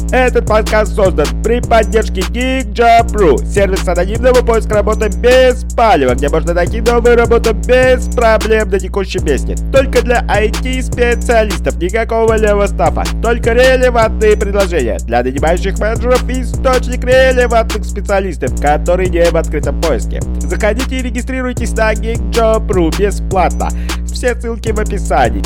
Этот подкаст создан при поддержке GeekJob.ru, сервис анонимного поиска работы без палева, где можно найти новую работу без проблем на текущем месте. Только для IT-специалистов, никакого левого стафа, только релевантные предложения для нанимающих менеджеров и источник релевантных специалистов, которые не в открытом поиске. Заходите и регистрируйтесь на GeekJob.ru бесплатно. Все ссылки в описании.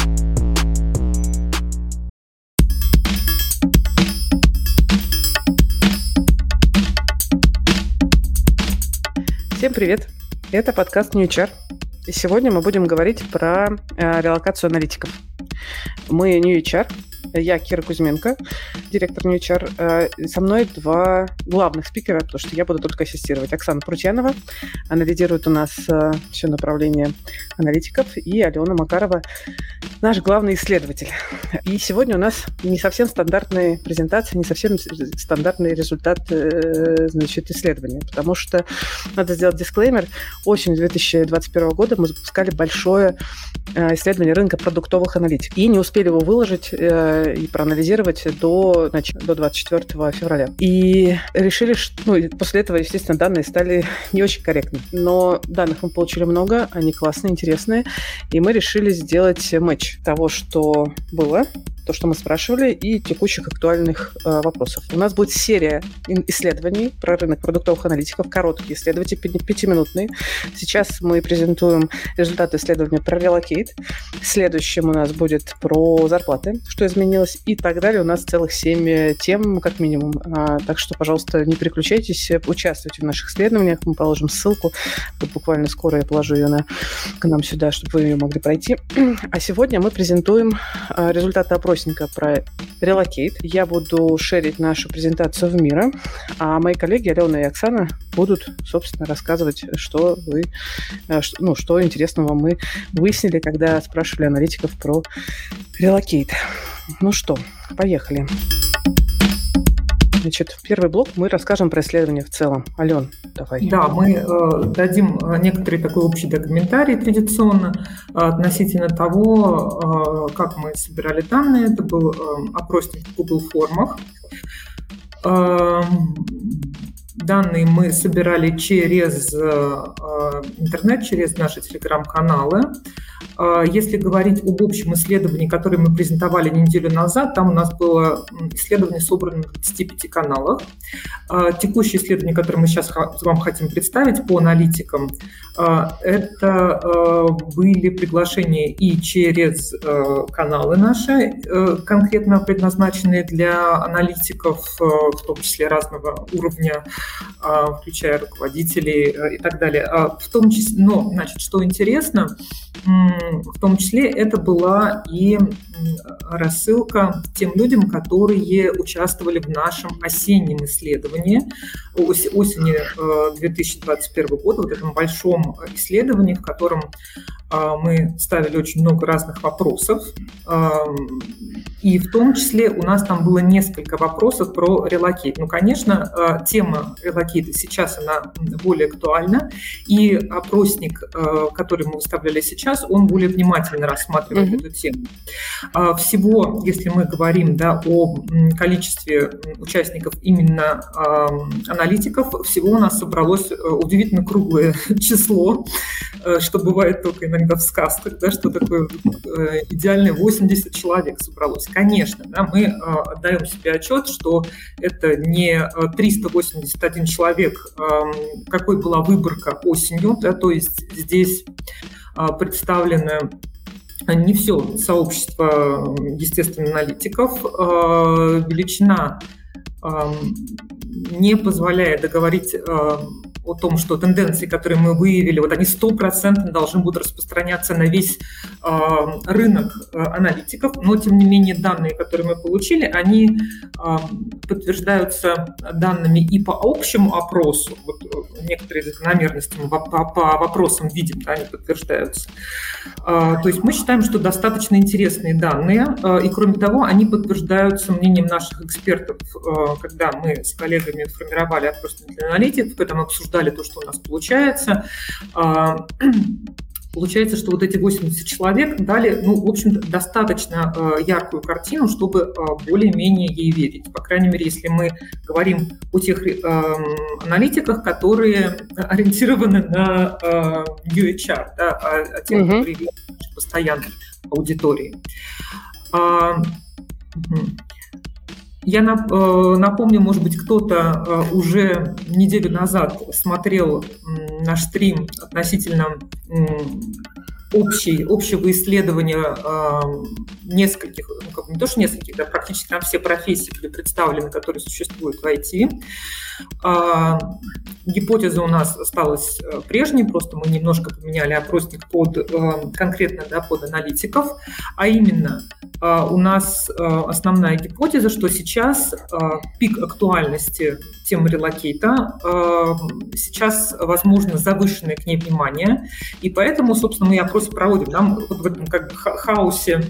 Всем привет! Это подкаст New HR. И сегодня мы будем говорить про релокацию аналитиков. Мы New HR. Я Кира Кузьменко, директор New HR. Со мной два главных спикера, потому что я буду только ассистировать. Оксана Прутьянова, она лидирует у нас все направление аналитиков, и Алена Макарова, наш главный исследователь. И сегодня у нас не совсем стандартная презентация, не совсем стандартный результат исследования, потому что надо сделать дисклеймер. Осенью 2021 года мы запускали большое исследование рынка продуктовых аналитиков и не успели его выложить и проанализировать до 24 февраля. И решили, что после этого, естественно, данные стали не очень корректны. Но данных мы получили много, они классные, интересные, и мы решили сделать матч того, что было, то, что мы спрашивали, и текущих актуальных вопросов. У нас будет серия исследований про рынок продуктовых аналитиков, короткие исследования, 5-минутные. Сейчас мы презентуем результаты исследования про Relocate. Следующим у нас будет про зарплаты, что изменилось, и так далее. У нас целых 7 тем, как минимум. Так что, пожалуйста, не переключайтесь, участвуйте в наших исследованиях. Мы положим ссылку. Вот буквально скоро я положу ее к нам сюда, чтобы вы ее могли пройти. А сегодня мы презентуем результаты опросника про Relocate. Я буду шерить нашу презентацию в Мира, а мои коллеги Алена и Оксана будут, собственно, рассказывать, что интересного мы выяснили, когда спрашивали аналитиков про Relocate. Ну что, поехали. Значит, в первый блок мы расскажем про исследование в целом. Ален, давай. Да, мы дадим некоторый такой общий комментарий традиционно относительно того, как мы собирали данные. Это был опросник в Google формах. Данные мы собирали через интернет, через наши телеграм-каналы. Если говорить об общем исследовании, которое мы презентовали неделю назад, там у нас было исследование, собрано на 25 каналах. Текущее исследование, которое мы сейчас вам хотим представить по аналитикам, это были приглашения и через каналы наши, конкретно предназначенные для аналитиков, в том числе разного уровня, включая руководителей и так далее. В том числе, что интересно, в том числе это была и рассылка тем людям, которые участвовали в нашем осеннем исследовании осени 2021 года, вот этом большом исследовании, в котором мы ставили очень много разных вопросов. И в том числе у нас там было несколько вопросов про Relocate. Конечно, тема Relocate сейчас она более актуальна, и опросник, который мы выставляли сейчас, он более внимательно рассматривает эту тему. Всего, если мы говорим о количестве участников именно аналитиков, всего у нас собралось удивительно круглое число, что бывает только иногда в сказках, что такое идеальное 80 человек собралось. Конечно, мы отдаем себе отчет, что это не 381 человек, какой была выборка осенью, то есть здесь представлены не все сообщество, естественно, аналитиков. Величина не позволяет договорить о том, что тенденции, которые мы выявили, они 100% должны будут распространяться на весь рынок аналитиков, но, тем не менее, данные, которые мы получили, они подтверждаются данными и по общему опросу, некоторые закономерности мы по вопросам видим, они подтверждаются. То есть мы считаем, что достаточно интересные данные, и, кроме того, они подтверждаются мнением наших экспертов, когда мы с коллегами формировали опросник для аналитиков, когда мы обсуждали то, что у нас получается. получается, что вот эти 80 человек дали, в общем-то, достаточно яркую картину, чтобы более-менее ей верить. По крайней мере, если мы говорим о тех аналитиках, которые ориентированы на New HR, да, о тех, которые видят в постоянной аудитории. Я напомню, может быть, кто-то уже неделю назад смотрел наш стрим относительно общего исследования нескольких, не то что нескольких, да, практически там все профессии были представлены, которые существуют в IT. Гипотеза у нас осталась прежней, просто мы немножко поменяли опросник конкретно, да, под аналитиков, а именно у нас основная гипотеза, что сейчас пик актуальности темы релокейта, сейчас, возможно, завышенное к ней внимание, и поэтому, собственно, мы опрос проводим. Нам в этом хаосе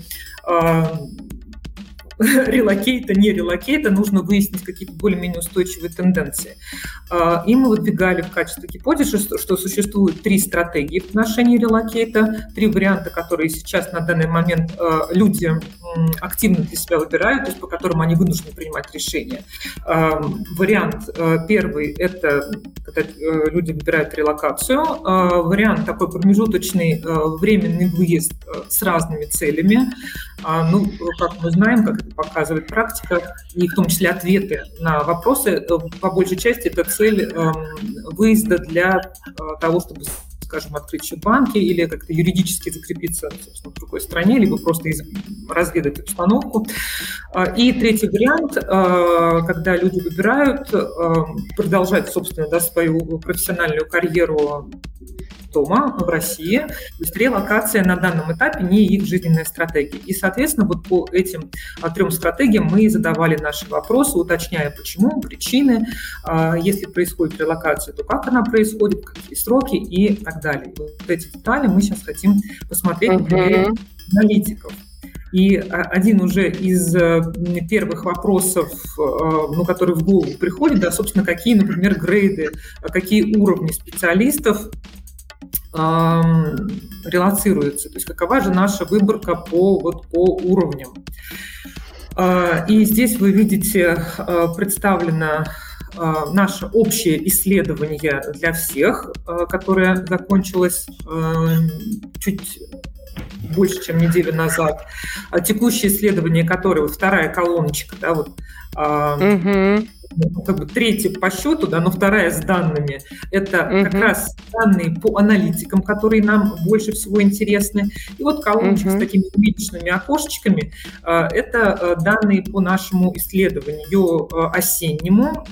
релокейта, не релокейта, нужно выяснить какие-то более-менее устойчивые тенденции. И мы выдвигали в качестве гипотезы, что существует 3 стратегии в отношении релокейта, 3 варианта, которые сейчас на данный момент люди активно для себя выбирают, то есть по которым они вынуждены принимать решения. Вариант первый – это когда люди выбирают релокацию. Вариант такой промежуточный, временный выезд с разными целями. Как мы знаем, как это показывает практика, и в том числе ответы на вопросы, по большей части это цель выезда для того, чтобы, скажем, открыть счет в банке или как-то юридически закрепиться, собственно, в другой стране, либо просто разведать обстановку. И третий вариант, когда люди выбирают продолжать, собственно, да, свою профессиональную карьеру дома в России, то есть релокация на данном этапе не их жизненная стратегия. И, соответственно, вот по этим 3 стратегиям мы задавали наши вопросы, уточняя, почему, причины, если происходит релокация, то как она происходит, какие сроки и так далее. Вот эти детали мы сейчас хотим посмотреть на примере аналитиков. И один уже из первых вопросов, который в голову приходит, да, собственно, какие, например, грейды, какие уровни специалистов релоцируется, то есть какова же наша выборка по уровням. И здесь вы видите представлено наше общее исследование для всех, которое закончилось чуть больше, чем неделю назад. Текущее исследование, которое, вот вторая колоночка, да, вот, третья по счету, да, но вторая с данными, это как раз данные по аналитикам, которые нам больше всего интересны. И вот колоночка с такими увеличенными окошечками, это данные по нашему исследованию осеннему.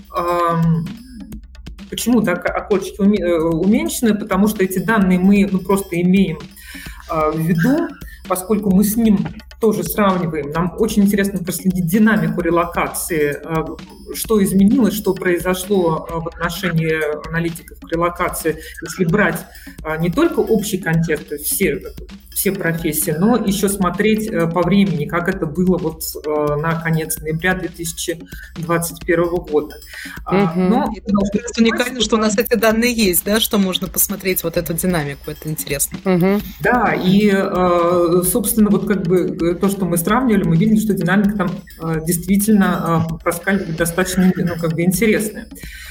Почему так окошечки уменьшены? Потому что эти данные мы просто имеем в виду, поскольку мы с ним тоже сравниваем. Нам очень интересно проследить динамику релокации, что изменилось, что произошло в отношении аналитиков к релокации, если брать не только общий контекст, то есть все профессии, но еще смотреть по времени, как это было вот на конец ноября 2021 года. Но это уникально, что у нас эти данные есть, да, что можно посмотреть вот эту динамику, это интересно. Да, и, собственно, вот как бы то, что мы сравнивали, мы видели, что динамика там действительно проскальзывает достаточно, интересная.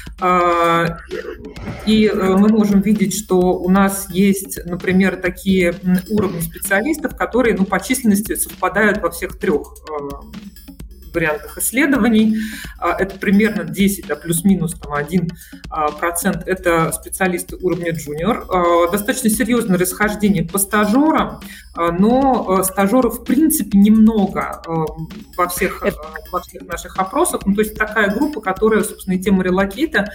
И мы можем видеть, что у нас есть, например, такие уровни специалистов, которые по численности совпадают во всех 3 вариантах исследований. Это примерно 10, да, плюс-минус 1%. Это специалисты уровня джуниор. Достаточно серьезное расхождение по стажерам, но стажеров в принципе немного во всех наших опросах. То есть такая группа, которая, собственно, и тема релокейта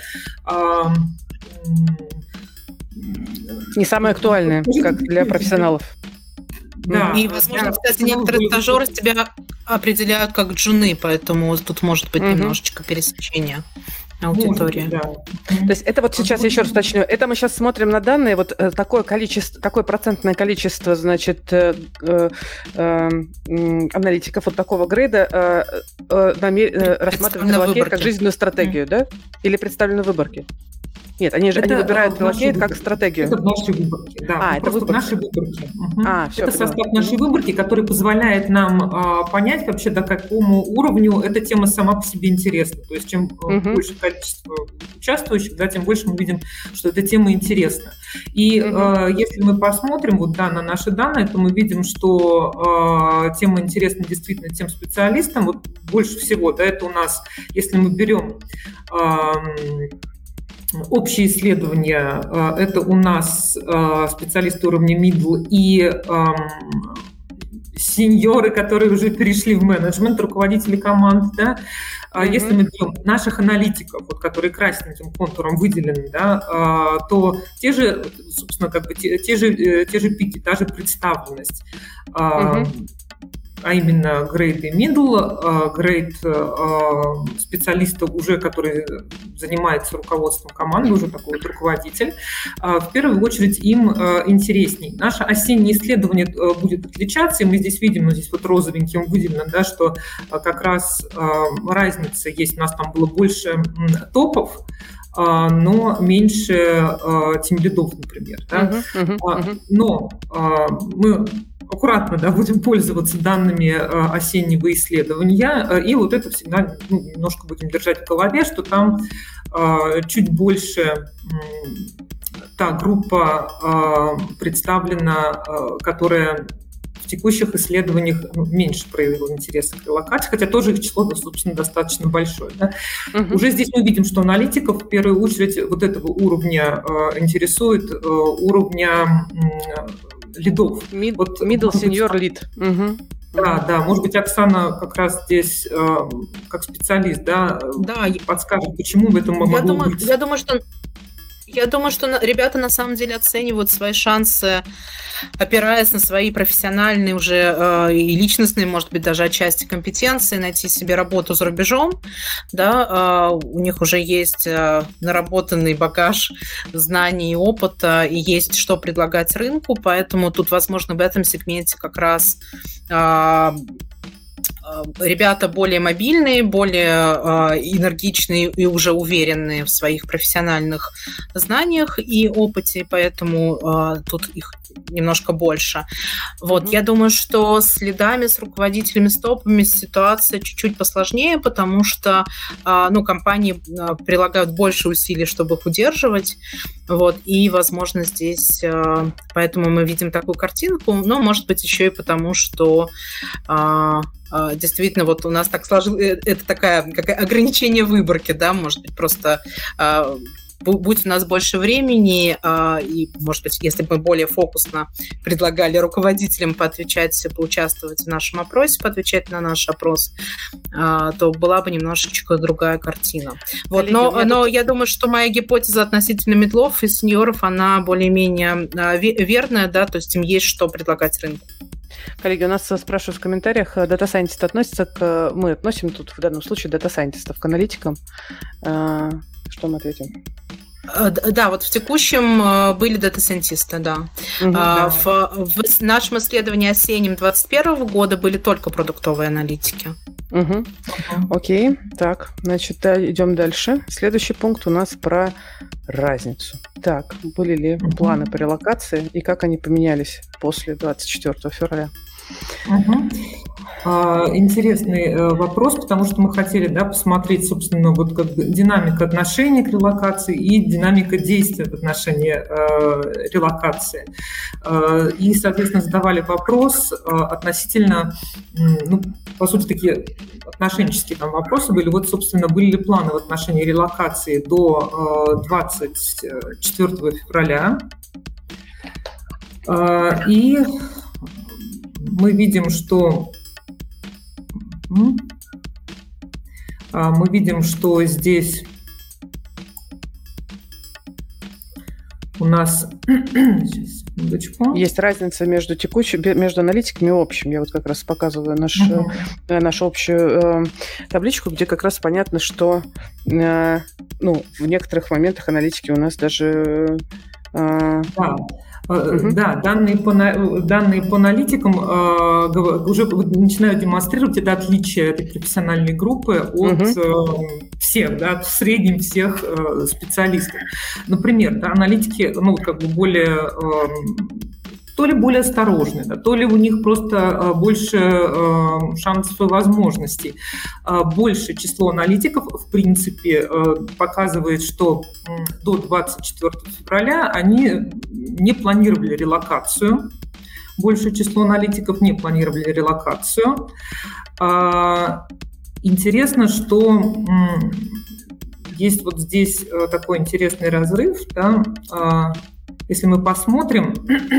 не самая актуальная, как для профессионалов. Да, и, возможно, кстати, некоторые стажеры тебя определяют как джуны, поэтому тут может быть немножечко пересечение аудитории. Да. То есть это вот сейчас, еще раз уточню, это мы сейчас смотрим на данные, вот такое процентное количество, значит, аналитиков вот такого грейда рассматривают релокейт как жизненную стратегию, да? Или представлены в выборке? Нет, они выбирают Relocate как стратегию. Это в нашей выборке, да. Это в нашей выборке. Все, это состав нашей выборки, который позволяет нам понять вообще, до какому уровню эта тема сама по себе интересна. То есть чем больше количество участвующих, да, тем больше мы видим, что эта тема интересна. И если мы посмотрим на наши данные, то мы видим, что тема интересна действительно тем специалистам. Вот больше всего, да, это у нас, если мы берем общие исследования, это у нас специалисты уровня middle и сеньоры, которые уже перешли в менеджмент, руководители команд, да. Если мы берем наших аналитиков, которые красненьким контуром выделены, да, то те же, собственно, те же пики, та же представленность. А именно grade и middle, grade специалистов уже, который занимается руководством команды, уже такой вот руководитель, в первую очередь им интересней. Наше осеннее исследование будет отличаться, и мы здесь видим, здесь вот розовеньким выделено, да, что как раз разница есть, у нас там было больше топов, но меньше тимлидов, например. Да? Но мы аккуратно, да, будем пользоваться данными осеннего исследования, и вот это всегда немножко будем держать в голове, что там чуть больше та группа представлена, которая в текущих исследованиях меньше проявила интереса к релокации, хотя тоже их число, собственно, достаточно большое. Да? Уже здесь мы видим, что аналитиков в первую очередь вот этого уровня интересует уровня лидов. Middle senior lead. Да, может быть, Оксана как раз здесь как специалист, да, подскажет, почему в этом могло быть. Я думаю, что ребята на самом деле оценивают свои шансы, опираясь на свои профессиональные уже и личностные, может быть, даже отчасти компетенции, найти себе работу за рубежом. Да, у них уже есть наработанный багаж знаний и опыта, и есть что предлагать рынку, поэтому тут, возможно, в этом сегменте как раз ребята более мобильные, более энергичные и уже уверенные в своих профессиональных знаниях и опыте, поэтому тут их немножко больше. Вот, я думаю, что с лидами, с руководителями, с топами ситуация чуть-чуть посложнее, потому что компании прилагают больше усилий, чтобы их удерживать. Вот, и, возможно, здесь поэтому мы видим такую картинку, но, может быть, еще и потому, что действительно, вот у нас так сложилось, это такое ограничение выборки, да, может быть, просто будь у нас больше времени, и, может быть, если бы мы более фокусно предлагали руководителям поучаствовать в нашем опросе, поотвечать на наш опрос, то была бы немножечко другая картина. Вот, но я думаю, что моя гипотеза относительно медлов и сеньоров, она более-менее верная, да, то есть им есть что предлагать рынку. Коллеги, у нас спрашивают в комментариях, дата-сайентисты относятся мы относим тут в данном случае дата-сайентистов к аналитикам. Что мы ответим? Да, вот в текущем были дата-сайентисты, да. В нашем исследовании осеннем 2021 года были только продуктовые аналитики. Окей, так, значит, идем дальше. Следующий пункт у нас про разницу. Так, были ли планы по релокации и как они поменялись после 24 февраля? Интересный вопрос, потому что мы хотели, да, посмотреть, собственно, вот как динамика отношения к релокации и динамика действия в отношении релокации. И, соответственно, задавали вопрос относительно, по сути, такие отношенческие там вопросы были. Вот, собственно, были ли планы в отношении релокации до 24 февраля. И мы видим, что здесь у нас есть разница между аналитиками и общим. Я вот как раз показываю нашу общую табличку, где как раз понятно, что в некоторых моментах аналитики у нас даже... Да, данные по аналитикам уже начинают демонстрировать это отличие этой профессиональной группы от всех, да, в среднем всех специалистов. Например, да, аналитики, более... то ли более осторожны, да, то ли у них просто больше шансов и возможностей. Большее число аналитиков, в принципе, показывает, что до 24 февраля они не планировали релокацию. Большее число аналитиков не планировали релокацию. Интересно, что есть вот здесь такой интересный разрыв, да. Если мы посмотрим,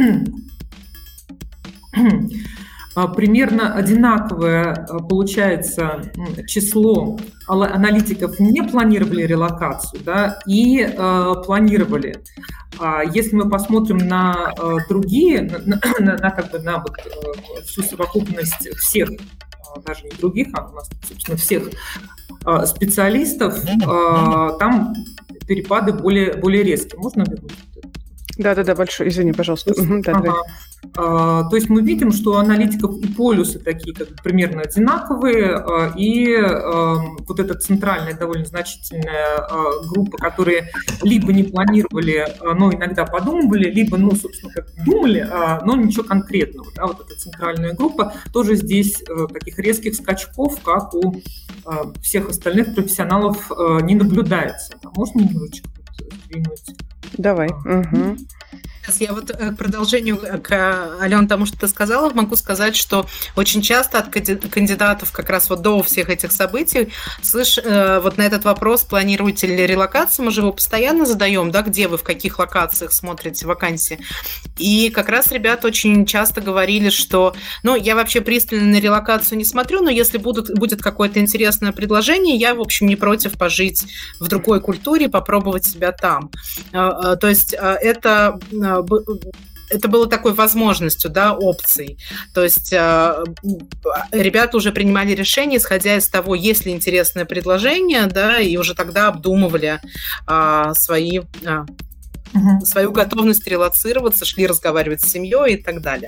примерно одинаковое получается число аналитиков не планировали релокацию, да, и планировали. Если мы посмотрим на другие, на всю совокупность всех, даже не других, а у нас, собственно, всех специалистов, там перепады более резкие. Можно вернуть? Да, большой, извини, пожалуйста. То есть мы видим, что у аналитиков и полюсы такие примерно одинаковые, и вот эта центральная довольно значительная группа, которые либо не планировали, но иногда подумывали, либо, собственно, думали, но ничего конкретного. Да, вот эта центральная группа, тоже здесь таких резких скачков, как у всех остальных профессионалов, не наблюдается. Можно немножечко сдвинуть? Давай. Сейчас я вот к продолжению, Алёна, тому, что ты сказала, могу сказать, что очень часто от кандидатов как раз вот до всех этих событий вот на этот вопрос, планируете ли релокацию, мы же его постоянно задаем, да, где вы, в каких локациях смотрите вакансии. И как раз ребята очень часто говорили, что, я вообще пристально на релокацию не смотрю, но если будет какое-то интересное предложение, я, в общем, не против пожить в другой культуре, попробовать себя там. То есть это было такой возможностью, да, опцией. То есть ребята уже принимали решение, исходя из того, есть ли интересное предложение, да, и уже тогда обдумывали свою готовность релоцироваться, шли разговаривать с семьей и так далее.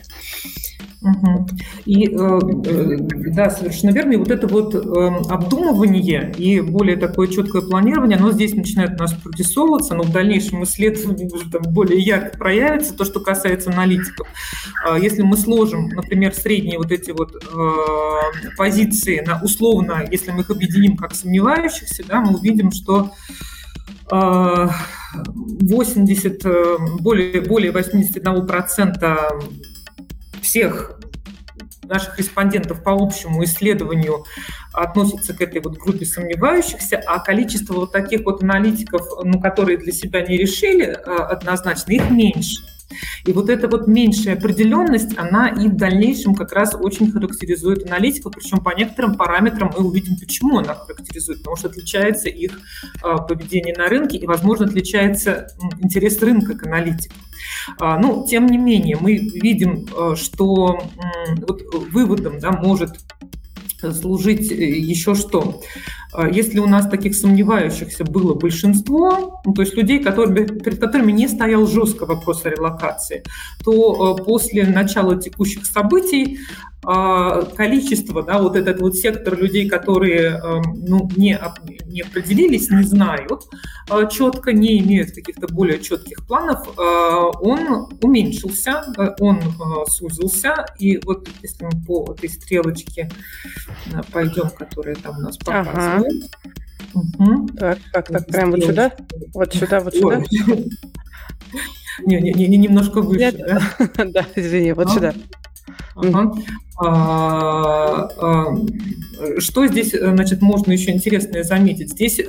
И да, совершенно верно. И вот это вот обдумывание и более такое четкое планирование, оно здесь начинает у нас прорисовываться, но в дальнейшем исследовании уже там более ярко проявится то, что касается аналитиков. Если мы сложим, например, средние вот эти вот позиции на условно, если мы их объединим как сомневающихся, да, мы увидим, что более 81% всех наших респондентов по общему исследованию относятся к этой вот группе сомневающихся, а количество вот таких вот аналитиков, которые для себя не решили однозначно, их меньше. И вот эта вот меньшая определенность, она и в дальнейшем как раз очень характеризует аналитиков, причем по некоторым параметрам мы увидим, почему она характеризует, потому что отличается их поведение на рынке и, возможно, отличается интерес рынка к аналитикам. Но, тем не менее, мы видим, что вот выводом, да, может служить еще что. Если у нас таких сомневающихся было большинство, то есть людей, перед которыми не стоял жестко вопрос о релокации, то после начала текущих событий количество, да, вот этот вот сектор людей, которые не определились, не знают четко, не имеют каких-то более четких планов, он уменьшился, он сузился. И вот если мы по этой стрелочке пойдем, которая там у нас показывает. Так, прям вот сюда? Вот сюда. Не, немножко выше. Да, извини, вот сюда. Что здесь, значит, можно еще интересное заметить? Здесь,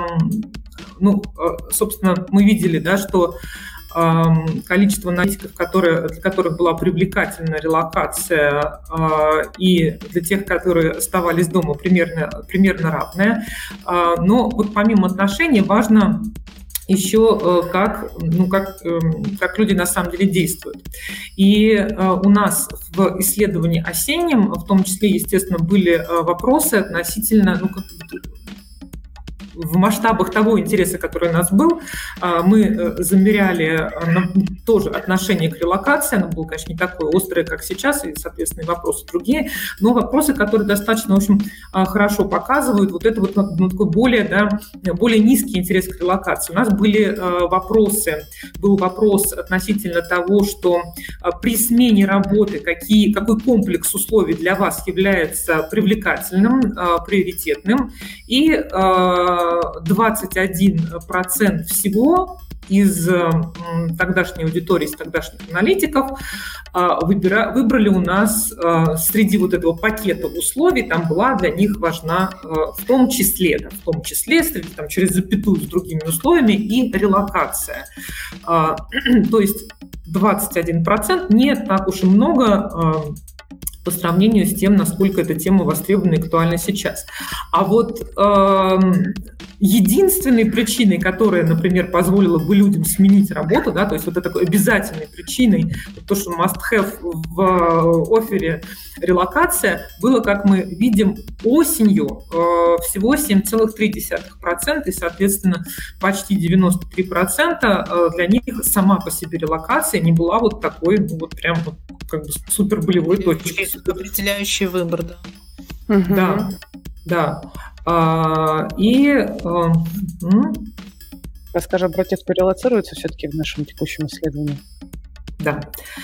собственно, мы видели, да, что количество аналитиков, для которых была привлекательна релокация, и для тех, которые оставались дома, примерно равное. Но вот помимо отношений важно еще как люди на самом деле действуют. И у нас в исследовании осеннем, в том числе, естественно, были вопросы относительно, в масштабах того интереса, который у нас был, мы замеряли тоже отношение к релокации. Оно было, конечно, не такое острое, как сейчас, и, соответственно, вопросы другие, но вопросы, которые достаточно, в общем, хорошо показывают вот это вот такой более низкий интерес к релокации. У нас был вопрос относительно того, что при смене работы какой комплекс условий для вас является привлекательным, приоритетным, и 21% всего из тогдашней аудитории, из тогдашних аналитиков выбрали у нас среди вот этого пакета условий, там была для них важна в том числе через запятую с другими условиями и релокация. То есть 21% не так уж и много по сравнению с тем, насколько эта тема востребована и актуальна сейчас. А вот единственной причиной, которая, например, позволила бы людям сменить работу, да, то есть вот такой обязательной причиной, то, что must-have в оффере релокация, было, как мы видим, осенью всего 7,3%, и, соответственно, почти 93% для них сама по себе релокация не была вот такой, прям как бы супер болевой точкой. Определяющий выбор, да. Угу. Да. Расскажем про тех, кто релоцируется все-таки в нашем текущем исследовании. Да.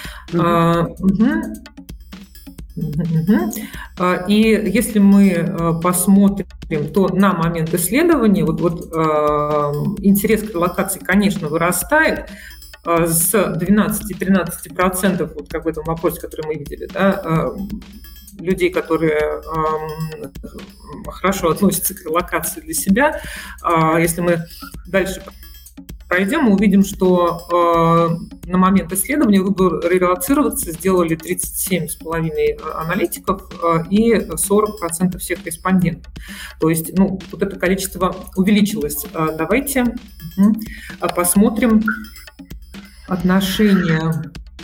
И если мы посмотрим, то на момент исследования интерес к релокации, конечно, вырастает с 12-13%, вот как в этом вопросе, который мы видели, да, людей, которые хорошо относятся к релокации для себя. Если мы дальше пройдем, мы увидим, что на момент исследования выбор релоцироваться сделали 37,5% аналитиков и 40% всех респондентов. То есть, вот это количество увеличилось. Давайте посмотрим отношение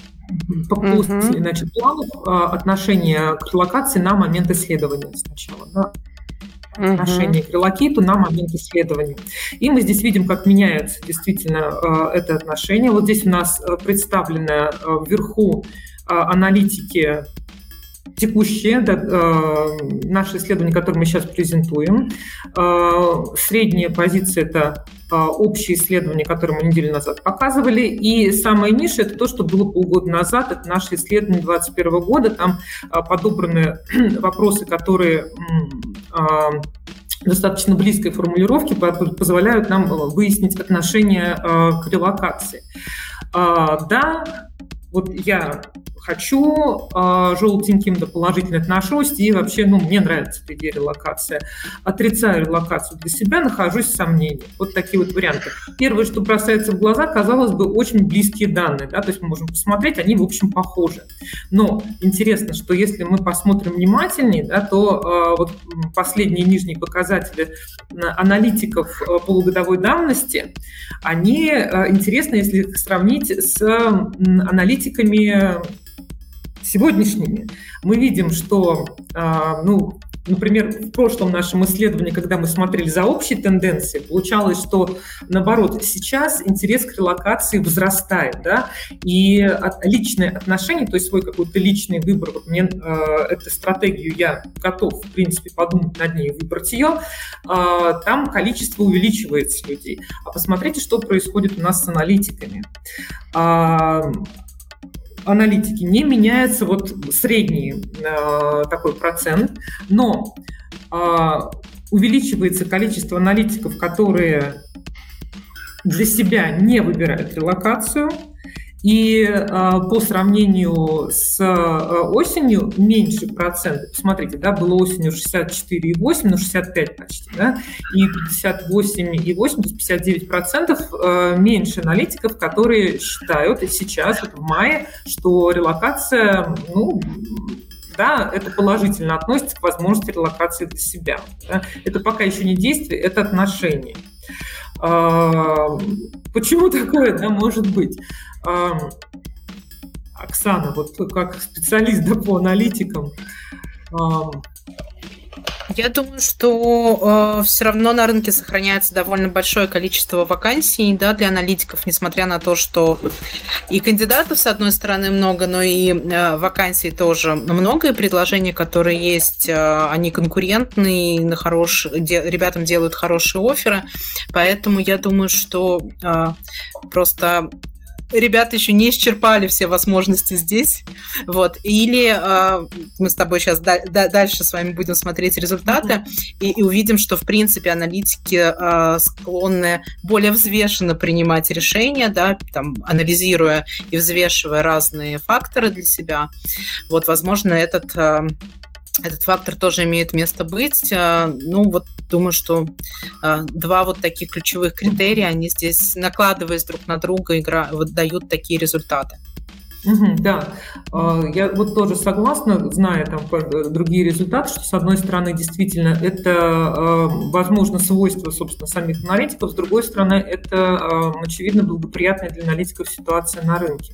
планов, отношение к релокации на момент исследования сначала, да? Отношение к релокейту на момент исследования. И мы здесь видим, как меняется действительно это отношение. Вот здесь у нас представлены вверху аналитики текущие, наши исследования, которые мы сейчас презентуем. Средняя позиция – это общее исследование, которое мы неделю назад показывали. И самое низшее – это то, что было полгода назад. Это наше исследование 2021 года. Там подобраны вопросы, которые достаточно близкой формулировки позволяют нам выяснить отношение к релокации. Да, вот я хочу, желтеньким да положительно отношусь, и вообще, мне нравится эта идея релокации. Отрицаю релокацию для себя, нахожусь в сомнении. Вот такие вот варианты. Первое, что бросается в глаза, казалось бы, очень близкие данные, да, то есть мы можем посмотреть, они, в общем, похожи. Но интересно, что если мы посмотрим внимательнее, да, то вот последние нижние показатели аналитиков полугодовой давности, они интересны, если их сравнить с аналитиками сегодняшними. Мы видим, что, например, в прошлом нашем исследовании, когда мы смотрели за общей тенденцией, получалось, что, наоборот, сейчас интерес к релокации возрастает, да, и личное отношение, то есть свой какой-то личный выбор, вот мне эту стратегию я готов, в принципе, подумать над ней, выбрать ее, там количество увеличивается людей. А посмотрите, что происходит у нас с аналитиками. Аналитики не меняется средний такой процент, но увеличивается количество аналитиков, которые для себя не выбирают релокацию, и по сравнению с осенью меньше процентов. Посмотрите, да, было осенью 64,8, 65 почти, да, и 58,8, то есть 59% меньше аналитиков, которые считают сейчас, в мае, что релокация, да, это положительно относится к возможности релокации для себя. Да. Это пока еще не действие, это отношение. Почему такое, да, может быть? Оксана, вот как специалист, да, по аналитикам, Я думаю, что все равно на рынке сохраняется довольно большое количество вакансий, да, для аналитиков, несмотря на то, что и кандидатов, с одной стороны, много, но и вакансий тоже много, и предложения, которые есть, они конкурентные, ребятам делают хорошие офферы, поэтому я думаю, что просто ребята еще не исчерпали все возможности здесь. Вот. Или мы с тобой сейчас дальше с вами будем смотреть результаты и увидим, что, в принципе, аналитики склонны более взвешенно принимать решения, да, там, анализируя и взвешивая разные факторы для себя. Вот, возможно, этот фактор тоже имеет место быть. Ну, вот думаю, что два вот таких ключевых критерия, они здесь, накладываясь друг на друга, дают такие результаты. Да, я вот тоже согласна, зная там другие результаты, что с одной стороны действительно это, возможно, свойство, собственно, самих аналитиков, с другой стороны это, очевидно, благоприятная для аналитиков ситуация на рынке.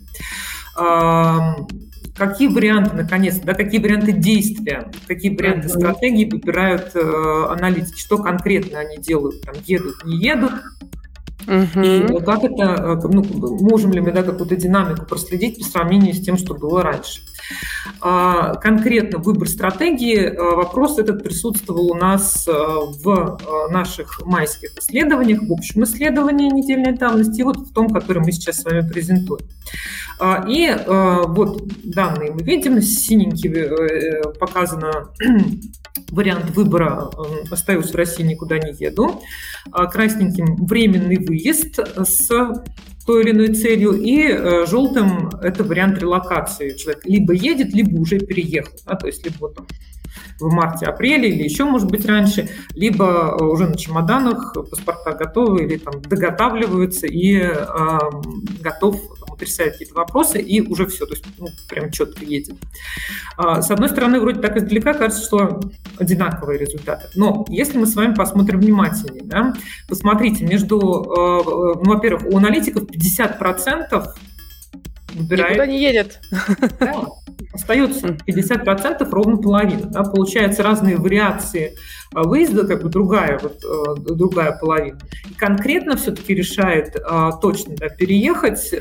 Какие варианты, наконец, да, какие варианты действия, какие варианты стратегии выбирают аналитики, что конкретно они делают, там, едут, не едут, и как это, можем ли мы, да, какую-то динамику проследить по сравнению с тем, что было раньше. Конкретно выбор стратегии, вопрос этот присутствовал у нас в наших майских исследованиях, в общем исследовании недельной давности, и вот в том, который мы сейчас с вами презентуем. И вот данные мы видим, синенький показано вариант выбора «Остаюсь в России, никуда не еду», красненьким временный выезд с той или иной целью, и желтым это вариант релокации. Человек либо едет, либо уже переехал, да, то есть либо там в марте-апреле или еще, может быть, раньше, либо уже на чемоданах, паспорта готовы или там доготавливаются и готов решать какие-то вопросы, и уже все, то есть прям четко едет. С одной стороны, вроде так издалека кажется, что одинаковые результаты. Но если мы с вами посмотрим внимательнее, да, посмотрите, во-первых, у аналитиков 50% выбирает... Никуда не едет. Да, остается 50%, ровно половина. Да, получается разные вариации выезда, как бы другая половина. И конкретно все-таки решает точно, да, переехать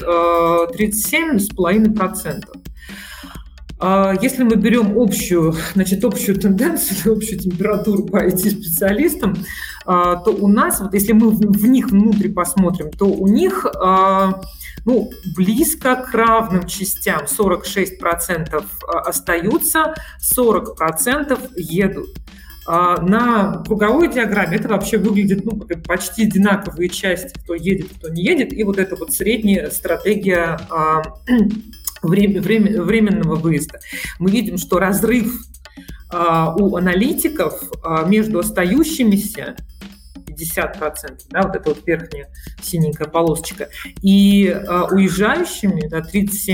37,5%. Если мы берем общую тенденцию, общую температуру по IT-специалистам, то у нас, вот если мы в них внутри посмотрим, то у них близко к равным частям. 46% остаются, 40% едут. На круговой диаграмме это вообще выглядит почти одинаковые части, кто едет, кто не едет, и вот эта вот средняя стратегия временного выезда. Мы видим, что разрыв у аналитиков между остающимися 50%, да, вот эта вот верхняя синенькая полосочка, и уезжающими, да,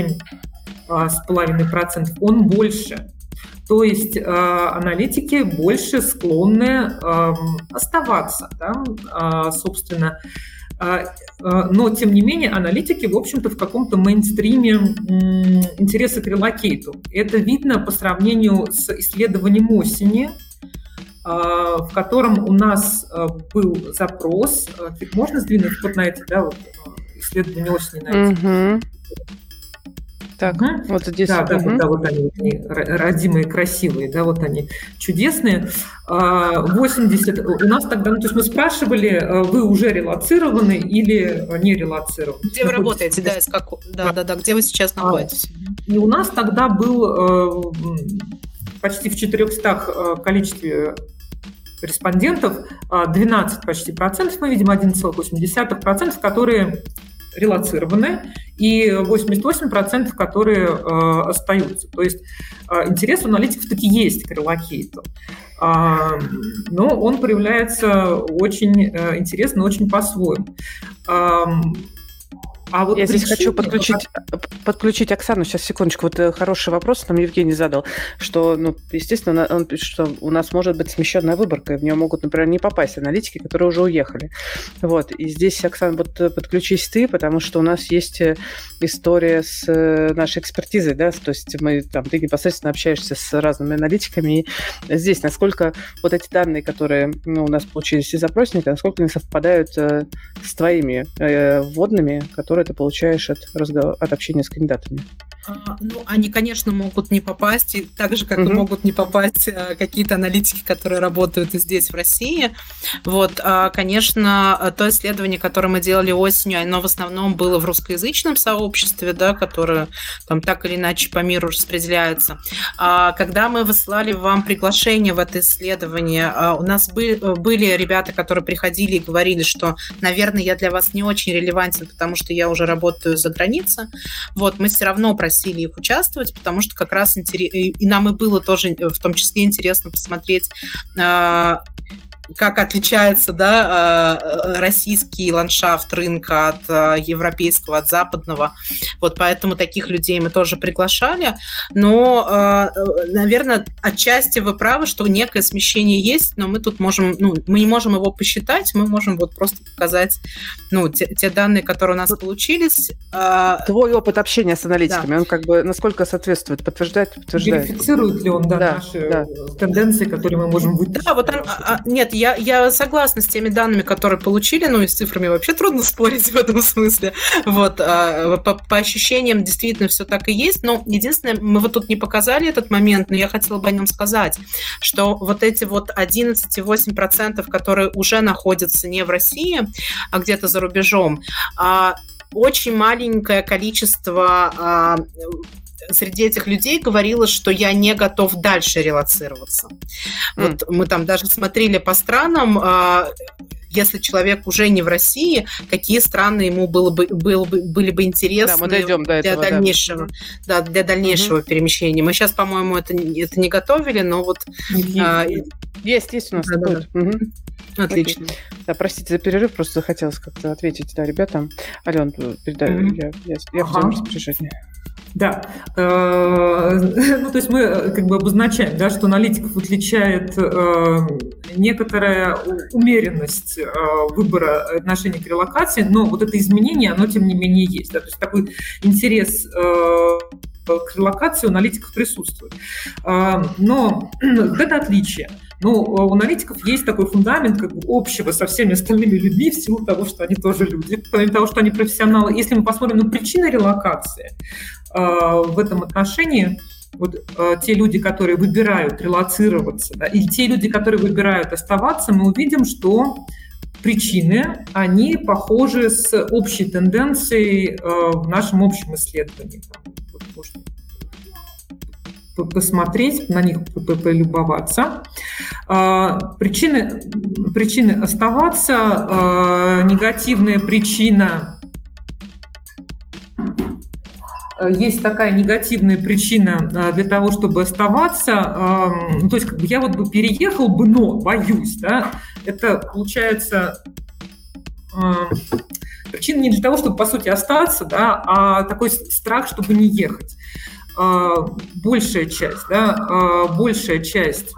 37,5%, он больше. То есть аналитики больше склонны оставаться, да, собственно. Но, тем не менее, аналитики, в общем-то, в каком-то мейнстриме интереса к релокейту. Это видно по сравнению с исследованием осени, в котором у нас был запрос. Можно сдвинуть вот на эти, да, вот, исследования осени на эти? Так, вот здесь. Да, вот они родимые, красивые, да, вот они чудесные. 80, у нас тогда, то есть мы спрашивали, вы уже релоцированы или не релоцированы? Где вы работаете, где вы сейчас находитесь? И у нас тогда был почти в 400 количестве респондентов 12 почти процентов, мы видим 11,8%, которые релоцированы, и 88%, которые остаются. То есть интерес у аналитиков таки есть к релокейту. Но он проявляется очень интересно, очень по-своему. А вот я здесь хочу подключить Оксану. Сейчас, секундочку. Вот хороший вопрос нам Евгений задал, что, естественно, он пишет, что у нас может быть смещенная выборка, и в нее могут, например, не попасть аналитики, которые уже уехали. Вот. И здесь, Оксана, вот подключись ты, потому что у нас есть история с нашей экспертизой, да, то есть ты непосредственно общаешься с разными аналитиками, и здесь насколько вот эти данные, которые у нас получились из запросника, насколько они совпадают с твоими вводными, которые ты получаешь от общения с кандидатами? Они, конечно, могут не попасть, и так же, как и могут не попасть какие-то аналитики, которые работают и здесь, в России. Вот, конечно, то исследование, которое мы делали осенью, оно в основном было в русскоязычном сообществе, да, которое там так или иначе по миру распределяется. Когда мы высылали вам приглашение в это исследование, у нас были ребята, которые приходили и говорили, что, наверное, я для вас не очень релевантен, потому что я уже работаю за границей. Вот, мы все равно просили их участвовать, потому что как раз и нам и было тоже в том числе интересно посмотреть, как отличается, да, российский ландшафт рынка от европейского, от западного. Вот поэтому таких людей мы тоже приглашали. Но, наверное, отчасти вы правы, что некое смещение есть, но мы тут можем, мы не можем его посчитать, мы можем вот просто показать, те данные, которые у нас получились. Твой опыт общения с аналитиками, да. Он как бы насколько соответствует, подтверждает? Верифицирует ли он наши тенденции, которые мы можем вытащить? Да, вот нет, я согласна с теми данными, которые получили, и с цифрами вообще трудно спорить в этом смысле. Вот, по ощущениям действительно все так и есть, но единственное, мы вот тут не показали этот момент, но я хотела бы о нем сказать, что вот эти вот 11,8%, которые уже находятся не в России, а где-то за рубежом, очень маленькое количество среди этих людей говорило, что я не готов дальше релоцироваться. Вот мы там даже смотрели по странам, если человек уже не в России, какие страны ему были бы интересны для дальнейшего, для дальнейшего перемещения. Мы сейчас, по-моему, это не готовили, но вот... Есть у нас. Отлично. Да, простите за перерыв, просто захотелось как-то ответить ребятам. Ален, передаю, я в твоем распоряжении. Да, то есть мы как бы обозначаем, да, что аналитиков отличает некоторая умеренность выбора отношения к релокации, но вот это изменение, оно тем не менее есть. Да, то есть такой интерес к релокации у аналитиков присутствует. Но вот это отличие. У аналитиков есть такой фундамент как бы общего со всеми остальными людьми в силу того, что они тоже люди, помимо того, что они профессионалы. Если мы посмотрим на причины релокации в этом отношении, вот те люди, которые выбирают релоцироваться, да, и те люди, которые выбирают оставаться, мы увидим, что причины, они похожи с общей тенденцией в нашем общем исследовании. Вот можно посмотреть, на них полюбоваться. Причины оставаться, негативная причина. Есть такая негативная причина для того, чтобы оставаться. То есть как бы я вот бы переехал бы, но боюсь, да, это получается причина не для того, чтобы, по сути, остаться, да, а такой страх, чтобы не ехать. Большая часть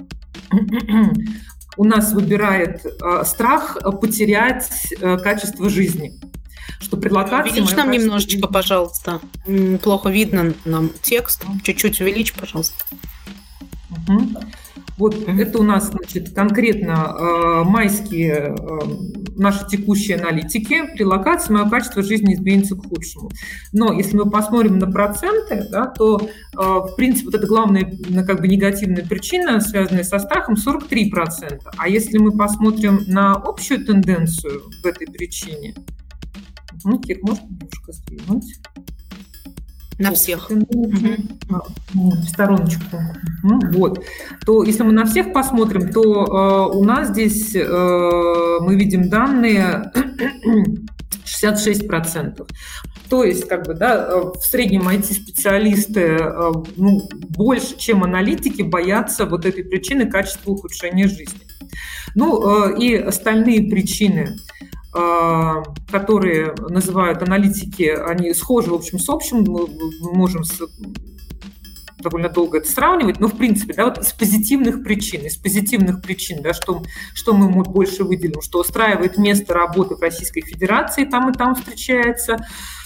у нас выбирает страх потерять качество жизни. Что при релокации... Увеличь нам немножечко, пожалуйста. Плохо видно нам текст. Чуть-чуть увеличь, пожалуйста. Вот это у нас, значит, конкретно майские наши текущие аналитики. При релокации мое качество жизни изменится к худшему. Но если мы посмотрим на проценты, да, то, в принципе, вот эта главная как бы негативная причина, связанная со страхом, 43%. А если мы посмотрим на общую тенденцию в этой причине, Кир, можно немножко сдвинуть? На всех. В стороночку. Вот. То если мы на всех посмотрим, то у нас здесь мы видим данные 66%. То есть, как бы, да, в среднем IT-специалисты больше, чем аналитики, боятся вот этой причины качества ухудшения жизни. И остальные причины. которые называют аналитики, они схожи, в общем, с общим. Мы можем довольно долго это сравнивать, но в принципе, да, вот из позитивных причин, да, что мы больше выделим, что устраивает место работы в Российской Федерации, там и там встречается,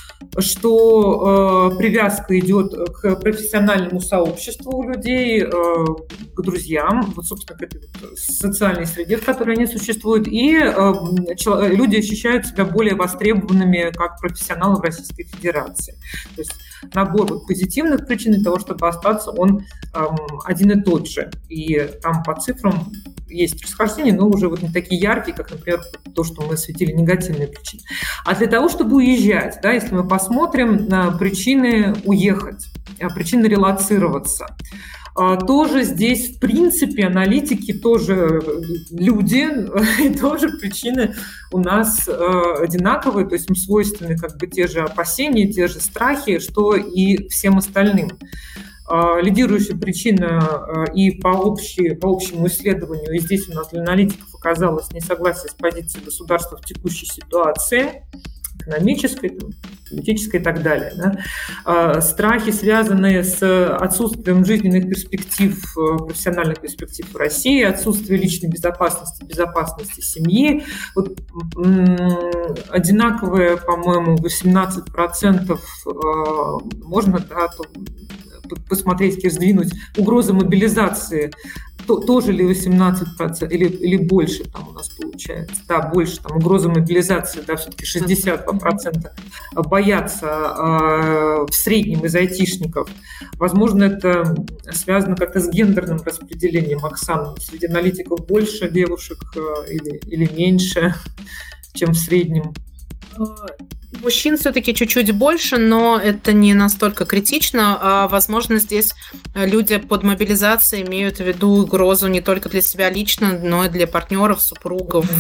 что привязка идет к профессиональному сообществу у людей, к друзьям, вот, собственно, к этой социальной среде, в которой они существуют, и люди ощущают себя более востребованными как профессионалы в Российской Федерации. То есть набор вот позитивных причин для того, чтобы остаться, он один и тот же. И там по цифрам есть расхождения, но уже вот не такие яркие, как, например, то, что мы осветили, негативные причины. А для того, чтобы уезжать, да, если мы посмотрим на причины уехать, причины релоцироваться, тоже здесь, в принципе, аналитики тоже люди, и тоже причины у нас одинаковые, то есть им свойственны как бы те же опасения, те же страхи, что и всем остальным. Лидирующая причина и по общему исследованию, и здесь у нас для аналитиков оказалось несогласие с позицией государства в текущей ситуации, экономической, политической и так далее. Да. Страхи, связанные с отсутствием жизненных перспектив, профессиональных перспектив в России, отсутствие личной безопасности семьи. Вот, одинаковые, по-моему, 18% можно, да, посмотреть, сдвинуть угроза мобилизации, тоже ли 18% или больше там у нас получается? Да, больше, там угроза мобилизации, да, все-таки 62% боятся в среднем из айтишников. Возможно, это связано как-то с гендерным распределением, Оксана. Среди аналитиков больше девушек или меньше, чем в среднем? Мужчин все-таки чуть-чуть больше, но это не настолько критично. Возможно, здесь люди под мобилизацией имеют в виду угрозу не только для себя лично, но и для партнеров, супругов.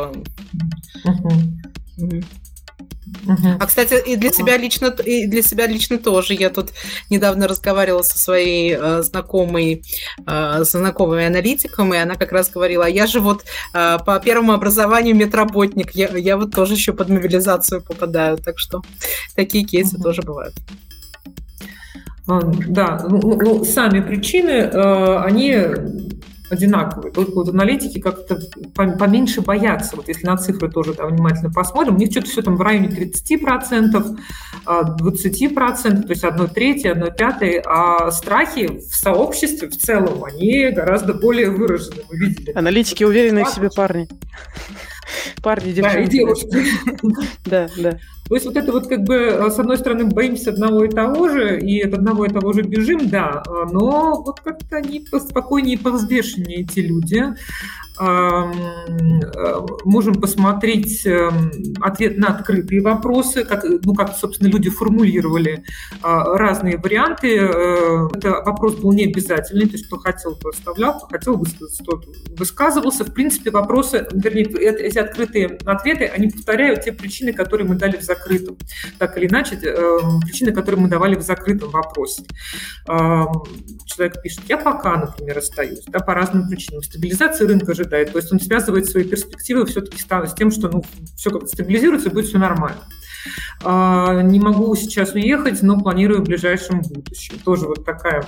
А, кстати, и для себя лично тоже. Я тут недавно разговаривала со своей знакомыми аналитиком, и она как раз говорила, я же вот по первому образованию медработник, я вот тоже еще под мобилизацию попадаю, так что такие кейсы тоже бывают. Да, сами причины, они одинаковые. Только вот аналитики как-то поменьше боятся. Вот если на цифры тоже внимательно посмотрим, у них что-то все там в районе 30%, 20%, то есть 1/3, 1/5, а страхи в сообществе в целом, они гораздо более выражены. Мы видели. Аналитики уверенные в себе парни. Парни, девчонки. Да, и девушки. Да. То есть вот это вот как бы, с одной стороны, боимся одного и того же, и от одного и того же бежим, да, но вот как-то они поспокойнее и повзвешеннее эти люди. Можем посмотреть ответ на открытые вопросы, как, собственно, люди формулировали разные варианты. Это вопрос был не обязательный, то есть кто хотел, то оставлял, кто хотел высказаться, тот высказывался. В принципе, вопросы, вернее, эти открытые ответы, они повторяют те причины, которые мы дали в закрытом. Так или иначе, причины, которые мы давали в закрытом вопросе. Человек пишет, я пока, например, остаюсь, да, по разным причинам. Стабилизация рынка ожидает. То есть он связывает свои перспективы все-таки с тем, что все как-то стабилизируется, будет все нормально. Не могу сейчас уехать, но планирую в ближайшем будущем. Тоже вот такая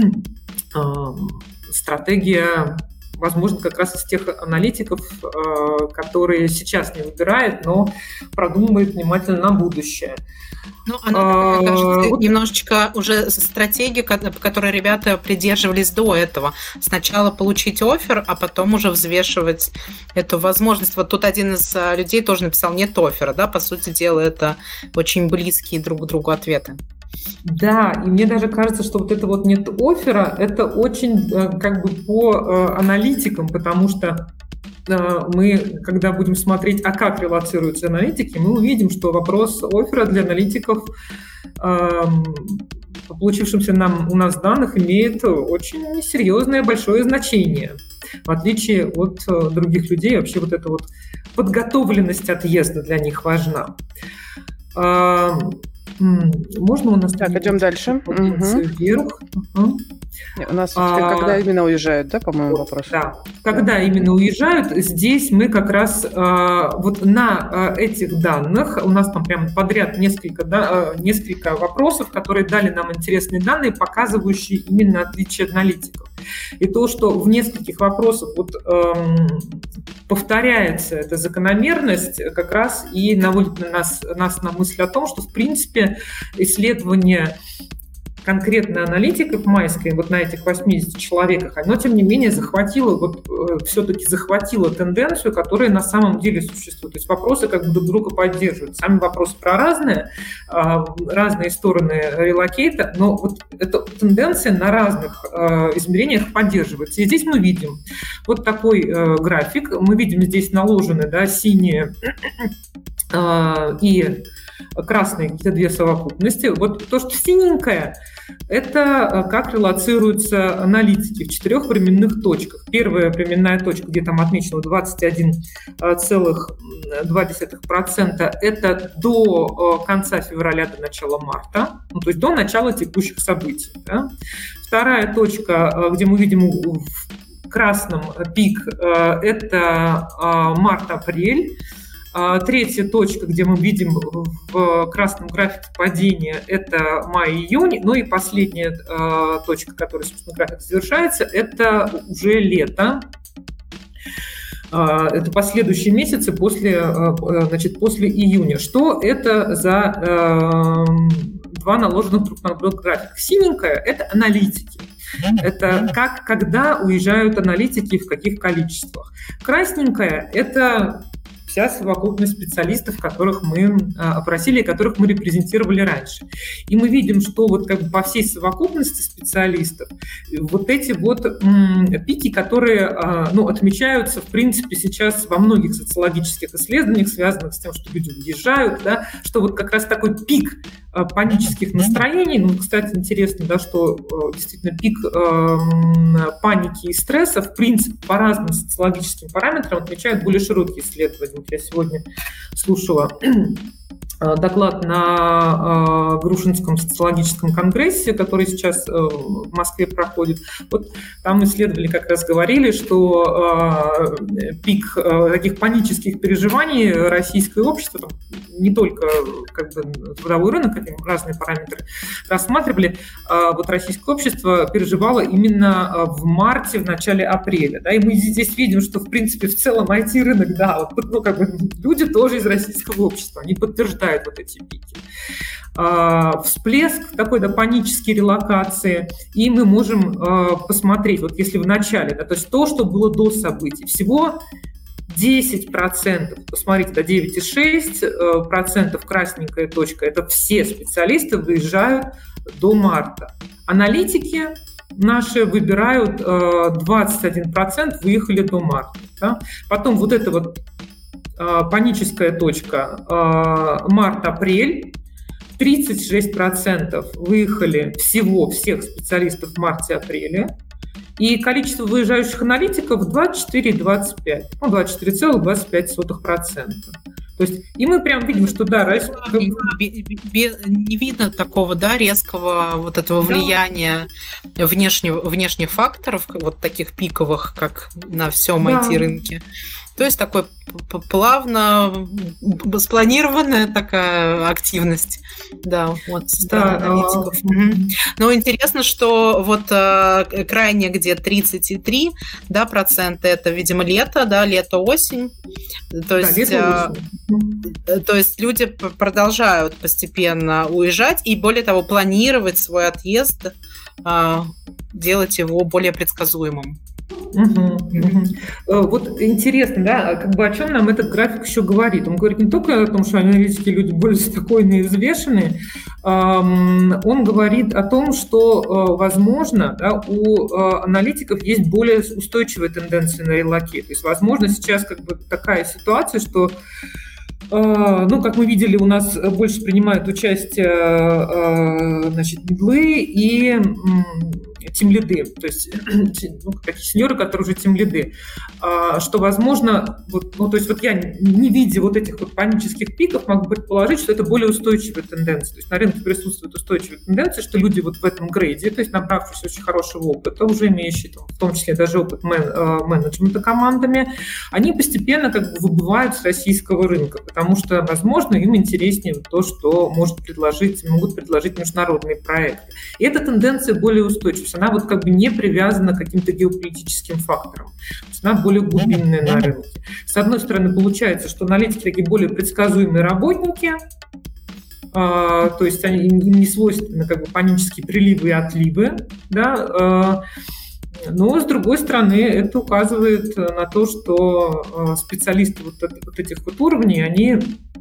стратегия, возможно, как раз из тех аналитиков, которые сейчас не выбирают, но продумывают внимательно на будущее. Она такая, кажется, немножечко уже стратегия, по которой ребята придерживались до этого. Сначала получить оффер, а потом уже взвешивать эту возможность. Вот тут один из людей тоже написал «нет оффера», да, по сути дела, это очень близкие друг к другу ответы. Да, и мне даже кажется, что вот это вот «нет оффера» это очень как бы по аналитикам, потому что мы, когда будем смотреть, как релоцируются аналитики, мы увидим, что вопрос оффера для аналитиков, по получившимся у нас данных, имеет очень серьезное, большое значение. В отличие от других людей, вообще вот эта вот подготовленность отъезда для них важна. Можно у нас... Так, идем дальше. Вверх. У нас когда именно уезжают, да, по-моему, вопрос? Да, когда именно уезжают, здесь мы как раз вот на этих данных, у нас там прямо подряд несколько вопросов, которые дали нам интересные данные, показывающие именно отличие аналитиков. И то, что в нескольких вопросах вот, повторяется эта закономерность, как раз и наводит нас на мысль о том, что, в принципе, исследование конкретно аналитиков майской, вот на этих 80 человеках, оно, тем не менее, все-таки захватило тенденцию, которая на самом деле существует. То есть вопросы как бы друг друга поддерживают. Сами вопросы про разные стороны релокейта, но вот эта тенденция на разных измерениях поддерживается. И здесь мы видим вот такой график. Мы видим здесь наложены, да, синие и красные какие-то две совокупности. Вот то, что синенькое, это как релоцируются аналитики в 4 временных точках. Первая временная точка, где там отмечено 21,2%, это до конца февраля, до начала марта, ну, то есть до начала текущих событий. Да? Вторая точка, где мы видим в красном пик, это март-апрель. Третья точка, где мы видим в красном графике падения, это май-июнь. Ну и последняя точка, которая, собственно, график завершается, это уже лето. Это последующие месяцы после июня. Что это за два наложенных друг на друга графика? Синенькое – это аналитики. Это когда уезжают аналитики, в каких количествах. Красненькое – это вся совокупность специалистов, которых мы опросили, которых мы репрезентировали раньше. И мы видим, что вот как бы по всей совокупности специалистов вот эти вот пики, которые отмечаются, в принципе, сейчас во многих социологических исследованиях, связанных с тем, что люди уезжают, да, что вот как раз такой пик панических настроений. Ну, кстати, интересно, да, что действительно пик паники и стресса, в принципе, по разным социологическим параметрам отмечают более широкие исследования. Я сегодня слушала доклад на Грушинском социологическом конгрессе, который сейчас в Москве проходит. Вот там исследователи как раз говорили, что пик таких панических переживаний российское общество, там, не только как бы трудовой рынок, разные параметры рассматривали, вот российское общество переживало именно в марте, в начале апреля. Да, и мы здесь видим, что в принципе в целом IT-рынок, да, вот, как бы люди тоже из российского общества, они подтверждают вот эти пики. Всплеск такой, да, панической релокации, и мы можем посмотреть, вот если в начале, да, то есть то, что было до событий, всего 10%, посмотрите, да, 9,6%, красненькая точка, это все специалисты выезжают до марта. Аналитики наши выбирают 21%, выехали до марта. Да? Потом вот эта вот паническая точка март-апрель, 36% выехали всех специалистов в марте-апреле, и количество выезжающих аналитиков 24,25%, 24,25%. То есть, и мы прям видим, что да, не видно такого, да, резкого вот этого влияния внешних факторов, вот таких пиковых, как на всем IT-рынке. То есть такой плавно спланированная такая активность, да, вот со стороны аналитиков. Но интересно, что вот крайне где 33%, да, это, видимо, лето-осень. То есть люди продолжают постепенно уезжать и, более того, планировать свой отъезд, делать его более предсказуемым. Вот интересно, да, как бы о чем нам этот график еще говорит? Он говорит не только о том, что аналитики люди более спокойные и взвешенные, он говорит о том, что, возможно, да, у аналитиков есть более устойчивая тенденция на релокейт. То есть, возможно, сейчас как бы такая ситуация, что как мы видели, у нас больше принимают участие, значит, медлы и тимлиды, то есть такие сеньоры, которые уже тимлиды, что, возможно, то есть я, не видя вот этих вот панических пиков, могу предположить, что это более устойчивая тенденция. То есть на рынке присутствует устойчивая тенденция, что люди вот в этом грейде, то есть набравшись очень хорошего опыта, уже имеющие в том числе даже опыт менеджмента командами, они постепенно как бы выбывают с российского рынка, потому что, возможно, им интереснее то, что могут предложить международные проекты. И эта тенденция более устойчивая, она вот как бы не привязана к каким-то геополитическим факторам, то есть она более глубинная на рынке. С одной стороны, получается, что аналитики такие более предсказуемые работники, то есть им не свойственны как бы панические приливы и отливы, да, но, с другой стороны, это указывает на то, что специалисты вот этих вот уровней, они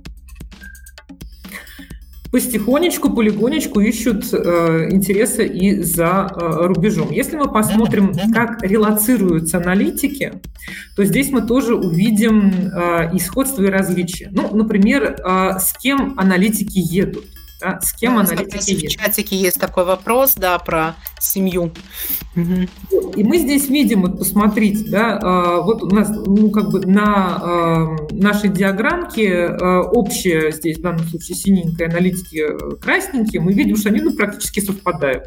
потихонечку, полигонечку ищут интересы и за рубежом. Если мы посмотрим, как релацируются аналитики, то здесь мы тоже увидим и сходство, и различия. Например, с кем аналитики едут. Да, с кем аналитики едут. В чатике есть такой вопрос, да, про семью. И мы здесь видим, вот посмотрите, да, вот у нас на нашей диаграммке общая здесь, в данном случае синенькая, аналитики красненькие, мы видим, что они практически совпадают.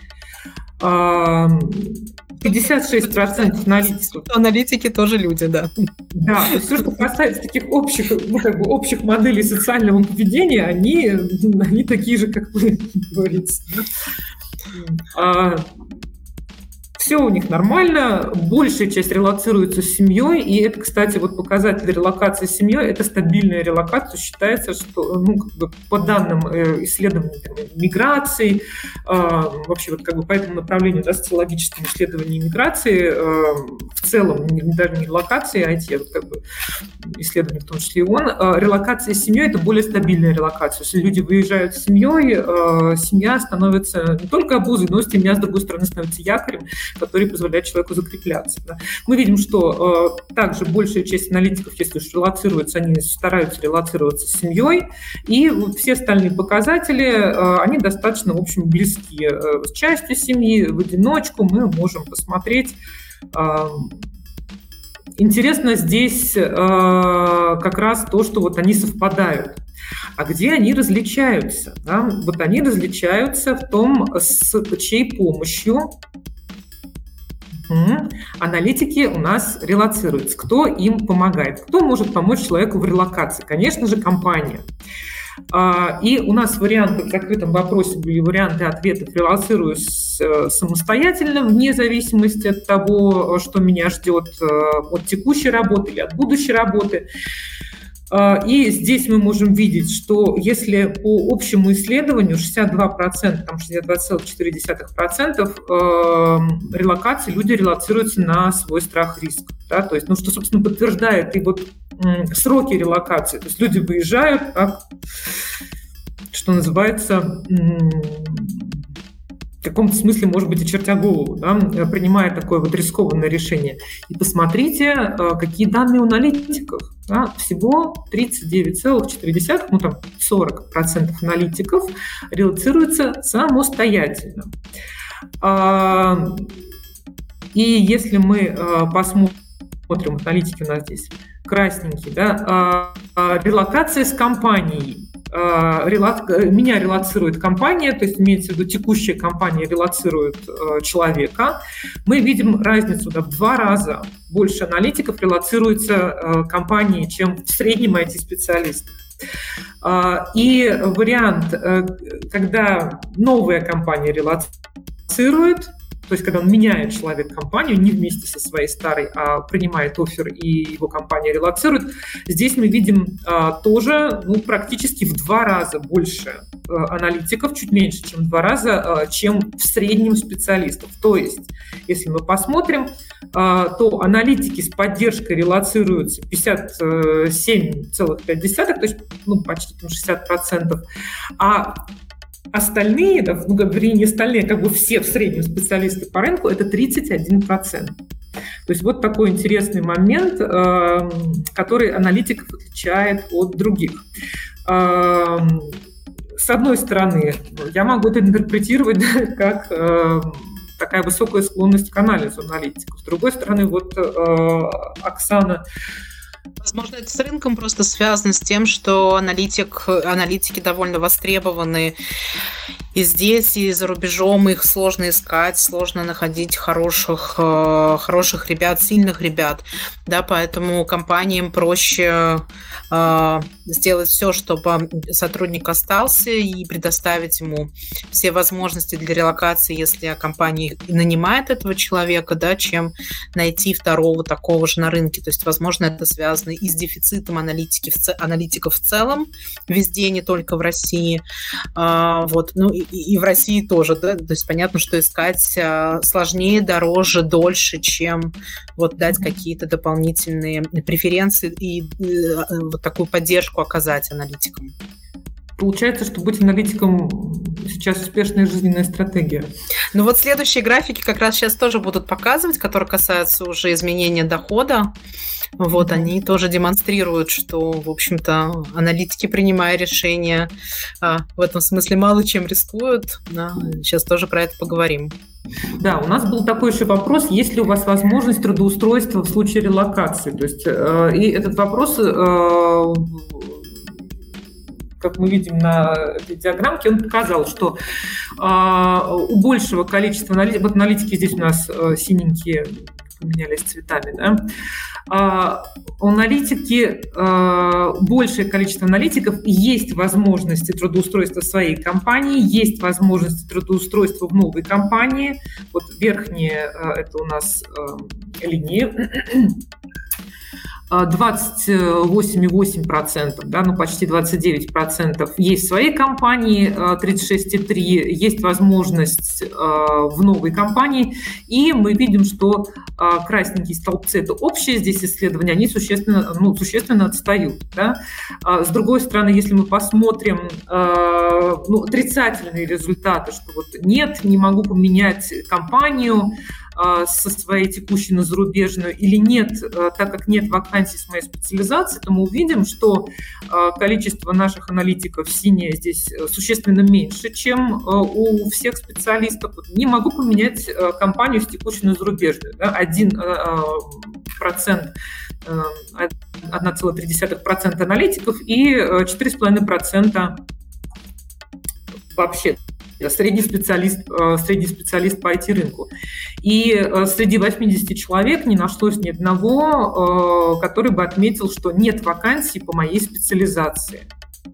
56% аналитиков. Аналитики тоже люди, да. Да, то есть все, что касается таких общих моделей социального поведения, они такие же, как вы говорите. Все у них нормально, большая часть релацируется с семьей, и это, кстати, вот показатель релокации с семьей, это стабильная релокация. Считается, что по данным исследований миграции, вообще вот как бы по этому направлению, да, социологическому исследованию миграции, в целом, даже не релокации, а эти вот как бы исследования, в том числе и релокация с семьей – это более стабильная релокация. Если люди выезжают с семьей, семья становится не только обузой, но семья, с другой стороны, становится якорем, который позволяет человеку закрепляться. Да. Мы видим, что также большая часть аналитиков, если уж релацируются, они стараются релацироваться с семьей, и вот все остальные показатели, они достаточно, в общем, близки с частью семьи, в одиночку мы можем посмотреть. Интересно здесь как раз то, что вот они совпадают. А где они различаются? Да? Вот они различаются в том, с чьей помощью аналитики у нас релацируются. Кто им помогает? Кто может помочь человеку в релокации? Конечно же, компания. И у нас варианты в закрытом вопросе были варианты ответов «релацируюсь самостоятельно, вне зависимости от того, что меня ждет от текущей работы или от будущей работы». И здесь мы можем видеть, что если по общему исследованию 62%, там 62,4% релокации люди релацируются на свой страх и риск. Да? То есть, что, собственно, подтверждает и вот сроки релокации. То есть люди выезжают, что называется, в каком-то смысле, может быть, и чертя голову, да, принимая такое вот рискованное решение. И посмотрите, какие данные у аналитиков. Да, всего 39,4%, 40% аналитиков релацируются самостоятельно. И если мы посмотрим, аналитики у нас здесь красненькие, да, релокация с компанией. Меня релацирует компания, то есть имеется в виду текущая компания релацирует человека. Мы видим разницу, да, в 2 раза больше аналитиков релацируется компании, чем в среднем IT-специалистов. И вариант, когда новая компания релацирует, то есть когда он меняет человек компанию, не вместе со своей старой, а принимает оффер и его компания релацирует, здесь мы видим тоже практически в 2 раза больше аналитиков, чуть меньше, чем в 2 раза, чем в среднем специалистов. То есть, если мы посмотрим, то аналитики с поддержкой релацируются 57,5%, то есть почти 60%, а остальные, да, не остальные, как бы все в среднем специалисты по рынку, это 31%. То есть вот такой интересный момент, который аналитиков отличает от других. С одной стороны, я могу это интерпретировать как такая высокая склонность к анализу аналитиков. С другой стороны, вот Оксана... Возможно, это с рынком просто связано с тем, что аналитики довольно востребованы и здесь, и за рубежом. Их сложно искать, сложно находить хороших ребят, сильных ребят. Да, поэтому компаниям проще сделать все, чтобы сотрудник остался, и предоставить ему все возможности для релокации, если компания нанимает этого человека, да, чем найти второго такого же на рынке. То есть, возможно, это связано и с дефицитом аналитиков в целом везде, не только в России. Вот. Ну и в России тоже, да? То есть понятно, что искать сложнее, дороже, дольше, чем вот дать какие-то дополнительные преференции и вот такую поддержку оказать аналитикам. Получается, что быть аналитиком сейчас успешная жизненная стратегия. Ну вот следующие графики как раз сейчас тоже будут показывать, которые касаются уже изменения дохода. Вот они тоже демонстрируют, что, в общем-то, аналитики, принимая решения, в этом смысле мало чем рискуют. Да, сейчас тоже про это поговорим. Да, у нас был такой еще вопрос, есть ли у вас возможность трудоустройства в случае релокации. То есть, и этот вопрос, как мы видим на этой диаграммке, он показал, что у большего количества аналитиков, вот аналитики здесь у нас синенькие поменялись цветами, да, у аналитики, большее количество аналитиков, есть возможности трудоустройства в своей компании, есть возможности трудоустройства в новой компании. Вот верхние это у нас линии. 28,8%, да, ну почти 29% есть в своей компании, 36,3% есть возможность в новой компании, и мы видим, что красненькие столбцы – это общее здесь исследование, они существенно отстают. Да. С другой стороны, если мы посмотрим отрицательные результаты, что вот нет, не могу поменять компанию со своей текущей на зарубежную или нет, так как нет вакансий с моей специализацией, то мы увидим, что количество наших аналитиков синее здесь существенно меньше, чем у всех специалистов. Не могу поменять компанию с текущей на зарубежную. Да? 1,3% аналитиков и 4,5% вообще. Средний специалист по IT-рынку. И среди 80 человек не нашлось ни одного, который бы отметил, что нет вакансий по моей специализации.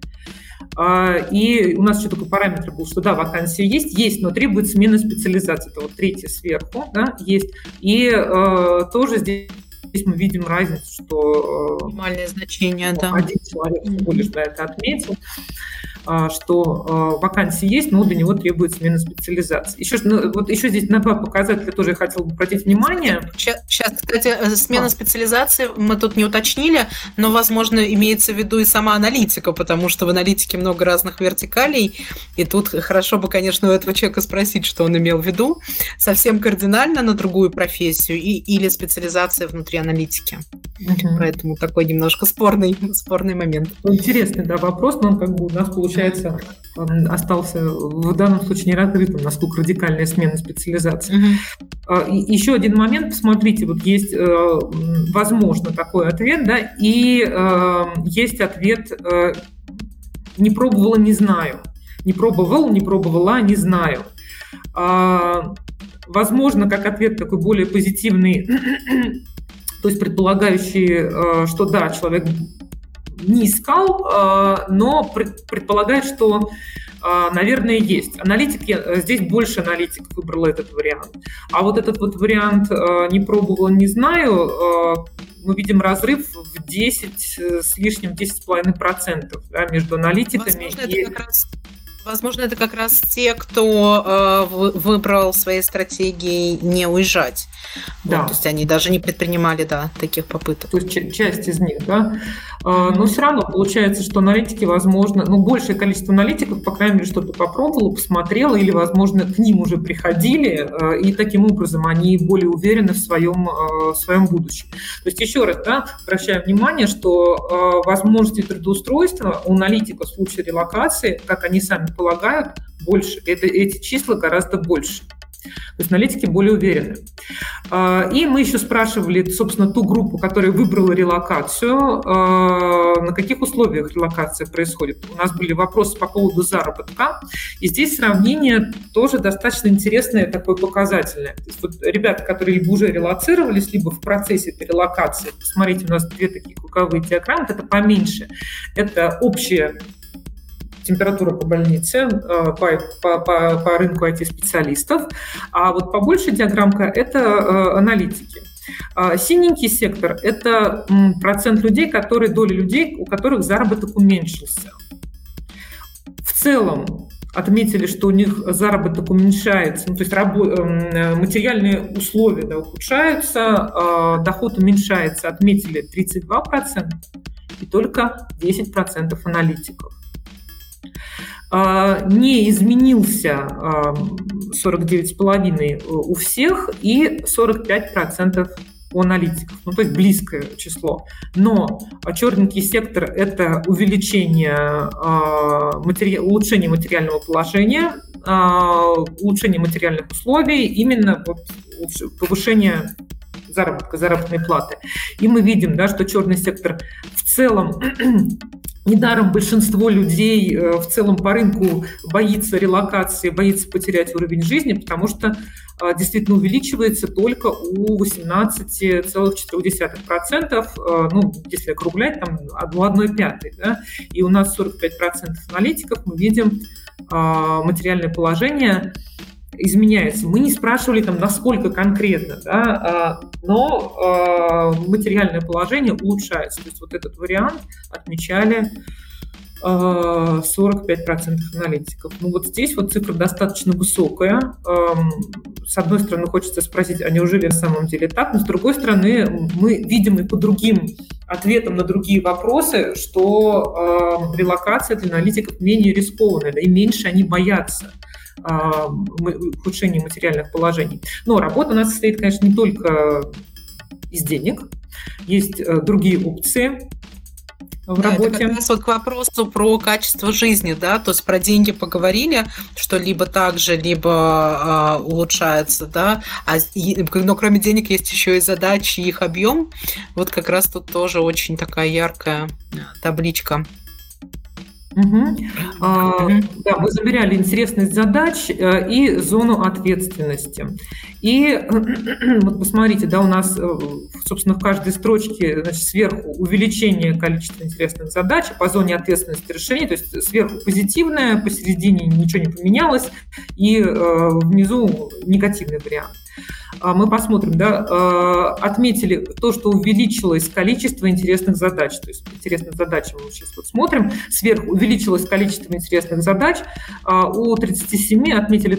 И у нас еще такой параметр был, что да, вакансия есть, но требует смены специализации. Это вот третья сверху, да, есть. И тоже здесь мы видим разницу, что минимальное значение, да. Один человек всего лишь это отметил, что вакансии есть, но для него требуется смена специализации. Еще здесь на два показателя тоже я хотела бы обратить внимание. Сейчас, кстати, смена специализации мы тут не уточнили, но, возможно, имеется в виду и сама аналитика, потому что в аналитике много разных вертикалей, и тут хорошо бы, конечно, у этого человека спросить, что он имел в виду, совсем кардинально на другую профессию или специализация внутри аналитики. Поэтому такой немножко спорный момент. Интересный, да, вопрос, но он как бы у нас, получается, остался в данном случае нераскрытым, насколько радикальная смена специализации. Еще один момент, посмотрите, вот есть, возможно, такой ответ, да, и есть ответ «не пробовала, не знаю». Не пробовал, не пробовала, не знаю. Возможно, как ответ такой более позитивный, то есть предполагающий, что да, человек не искал, но предполагает, что, наверное, есть. Здесь больше аналитиков выбрал этот вариант. А вот этот вот вариант «не пробовал, не знаю», мы видим разрыв в 10 с лишним, 10,5%, да, между аналитиками. Возможно, это как раз те, кто выбрал своей стратегией не уезжать. Да. Вот, то есть они даже не предпринимали, таких попыток. То есть часть из них, да. Но все равно получается, что аналитики, возможно, большее количество аналитиков, по крайней мере, что-то попробовало, посмотрело, или, возможно, к ним уже приходили, и таким образом они более уверены в своем будущем. То есть еще раз, обращаю внимание, что возможности трудоустройства у аналитиков в случае релокации, как они сами полагают, больше. Эти числа гораздо больше. То есть аналитики более уверены. И мы еще спрашивали, собственно, ту группу, которая выбрала релокацию, на каких условиях релокация происходит. У нас были вопросы по поводу заработка, и здесь сравнение тоже достаточно интересное, такое показательное. То есть вот ребята, которые либо уже релоцировались, либо в процессе этой релокации, посмотрите, у нас две такие круговые диаграммы, это поменьше, это общая температура по больнице, по рынку IT-специалистов, а вот побольше диаграммка – это аналитики. Синенький сектор – это процент людей, доля людей, у которых заработок уменьшился. В целом отметили, что у них заработок уменьшается, то есть материальные условия ухудшаются, доход уменьшается, отметили 32%, и только 10% аналитиков. Не изменился 49,5% у всех и 45% у аналитиков, то есть близкое число. Но черненький сектор – это улучшение материального положения, улучшение материальных условий, именно повышение заработной платы. И мы видим, что черный сектор в целом, недаром большинство людей в целом по рынку боится релокации, боится потерять уровень жизни, потому что действительно увеличивается только у 18,4%, если округлять, там 1/5, да? И у нас 45% аналитиков, мы видим, материальное положение изменяется. Мы не спрашивали, насколько конкретно, но материальное положение улучшается. То есть вот этот вариант отмечали 45% аналитиков. Здесь цифра достаточно высокая. С одной стороны, хочется спросить, а неужели на самом деле так? Но с другой стороны, мы видим и по другим ответам на другие вопросы, что релокация для аналитиков менее рискованная, и меньше они боятся ухудшения материальных положений. Но работа у нас состоит, конечно, не только из денег. Есть другие опции в работе. Это как раз к вопросу про качество жизни, да, то есть про деньги поговорили, что либо так же, либо улучшается, да, но кроме денег есть еще и задачи, их объем. Вот как раз тут тоже очень такая яркая табличка. Да, мы замеряли интересность задач и зону ответственности. И вот посмотрите, у нас, собственно, в каждой строчке, сверху увеличение количества интересных задач, по зоне ответственности решений, то есть сверху позитивное, посередине ничего не поменялось, и внизу негативный вариант. Мы посмотрим, отметили то, что увеличилось количество интересных задач. То есть интересных задач мы сейчас смотрим. Сверху увеличилось количество интересных задач. У 37 отметили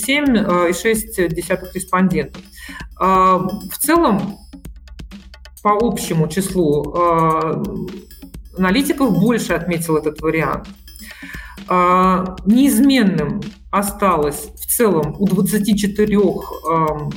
37,6 респондентов. В целом, по общему числу аналитиков больше отметил этот вариант. Неизменным осталось в целом у 24%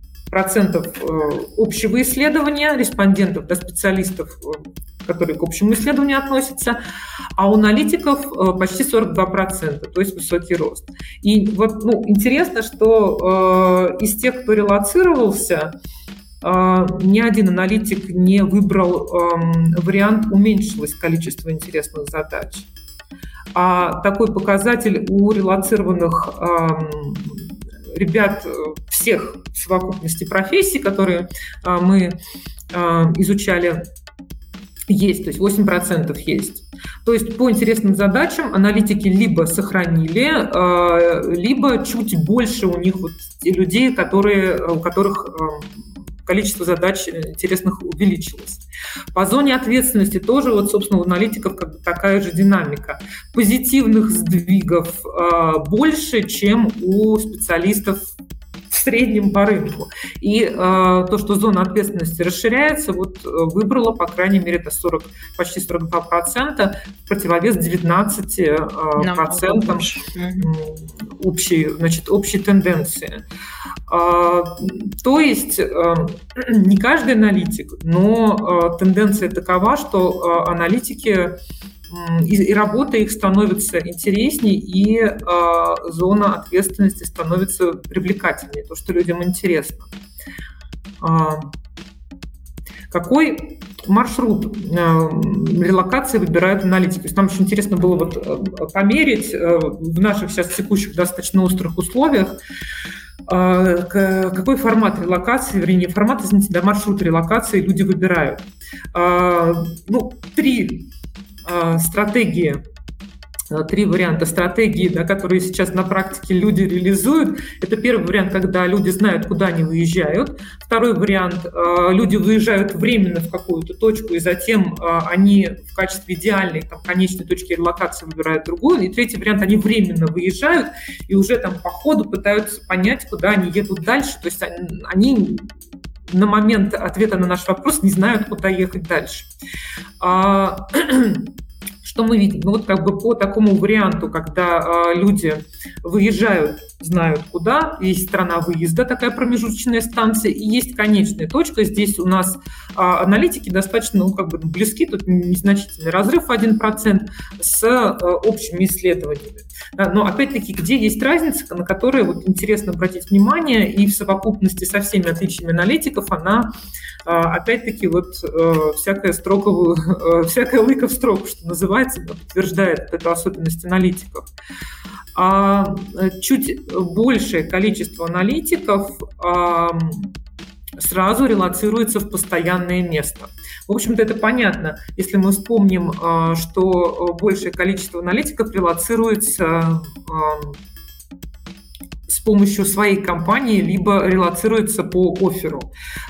общего исследования, респондентов, специалистов, которые к общему исследованию относятся, а у аналитиков почти 42%, то есть высокий рост. И интересно, что из тех, кто релоцировался, ни один аналитик не выбрал вариант «уменьшилось количество интересных задач». А такой показатель у релоцированных ребят всех в совокупности профессий, которые мы изучали, есть, то есть 8% есть. То есть по интересным задачам аналитики либо сохранили, либо чуть больше у них людей, у которых количество задач интересных увеличилось. По зоне ответственности тоже, собственно, у аналитиков такая же динамика. Позитивных сдвигов больше, чем у специалистов в среднем по рынку. И то, что зона ответственности расширяется, выбрало, по крайней мере, это почти 42%, в противовес 19% общей тенденции. То есть не каждый аналитик, но тенденция такова, что аналитики и работа их становится интереснее, и зона ответственности становится привлекательнее, то, что людям интересно. Какой маршрут релокации выбирают аналитики? То есть нам очень интересно было померить в наших сейчас текущих достаточно острых условиях, какой формат релокации, вернее, маршрут релокации люди выбирают. Три варианта стратегии, которые сейчас на практике люди реализуют. Это первый вариант, когда люди знают, куда они выезжают. Второй вариант – люди выезжают временно в какую-то точку, и затем они в качестве идеальной конечной точки релокации выбирают другую. И третий вариант – они временно выезжают и уже по ходу пытаются понять, куда они едут дальше. То есть они на момент ответа на наш вопрос не знают, куда ехать дальше. Что мы видим? По такому варианту, когда люди выезжают, знают куда, есть страна выезда, такая промежуточная станция, и есть конечная точка. Здесь у нас аналитики достаточно близки, тут незначительный разрыв 1% с общими исследованиями. Но опять-таки, где есть разница, на которую интересно обратить внимание, и в совокупности со всеми отличиями аналитиков она опять-таки всякая лыка в строку, что называется, подтверждает эту особенность аналитиков. Чуть большее количество аналитиков сразу релоцируется в постоянное место. В общем-то, это понятно, если мы вспомним, что большее количество аналитиков релоцируется с помощью своей компании, либо релоцируется по офферу.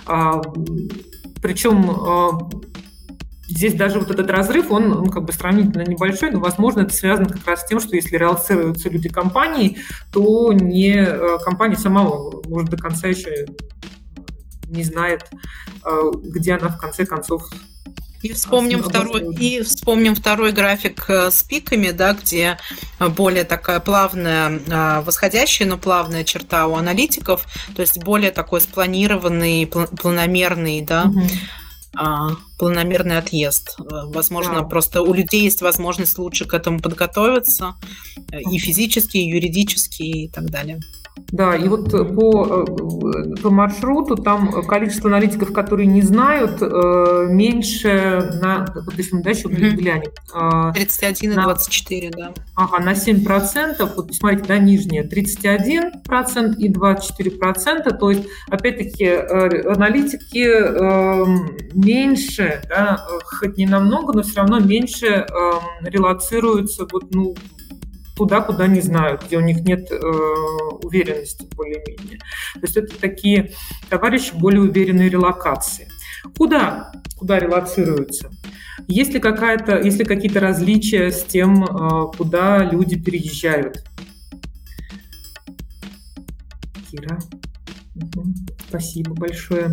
Причем здесь даже этот разрыв, он сравнительно небольшой, но, возможно, это связано как раз с тем, что если релоцируются люди компании, то компания сама, может, до конца еще не знает, где она в конце концов. И вспомним второй график с пиками, где более такая плавная, восходящая, но плавная черта у аналитиков, то есть более такой спланированный, планомерный, планомерный отъезд. Возможно, просто у людей есть возможность лучше к этому подготовиться и физически, и юридически, и так далее. Да, и по маршруту там количество аналитиков, которые не знают, меньше еще глянем. 31 и 24, да. Ага, на 7%, посмотрите, нижнее, 31% и 24%, то есть, опять-таки, аналитики меньше, хоть не намного, но все равно меньше релоцируются туда, куда не знают, где у них нет уверенности более-менее. То есть это такие товарищи более уверенные релокации. Куда релоцируются? Есть ли какие-то различия с тем, куда люди переезжают? Кира, спасибо большое.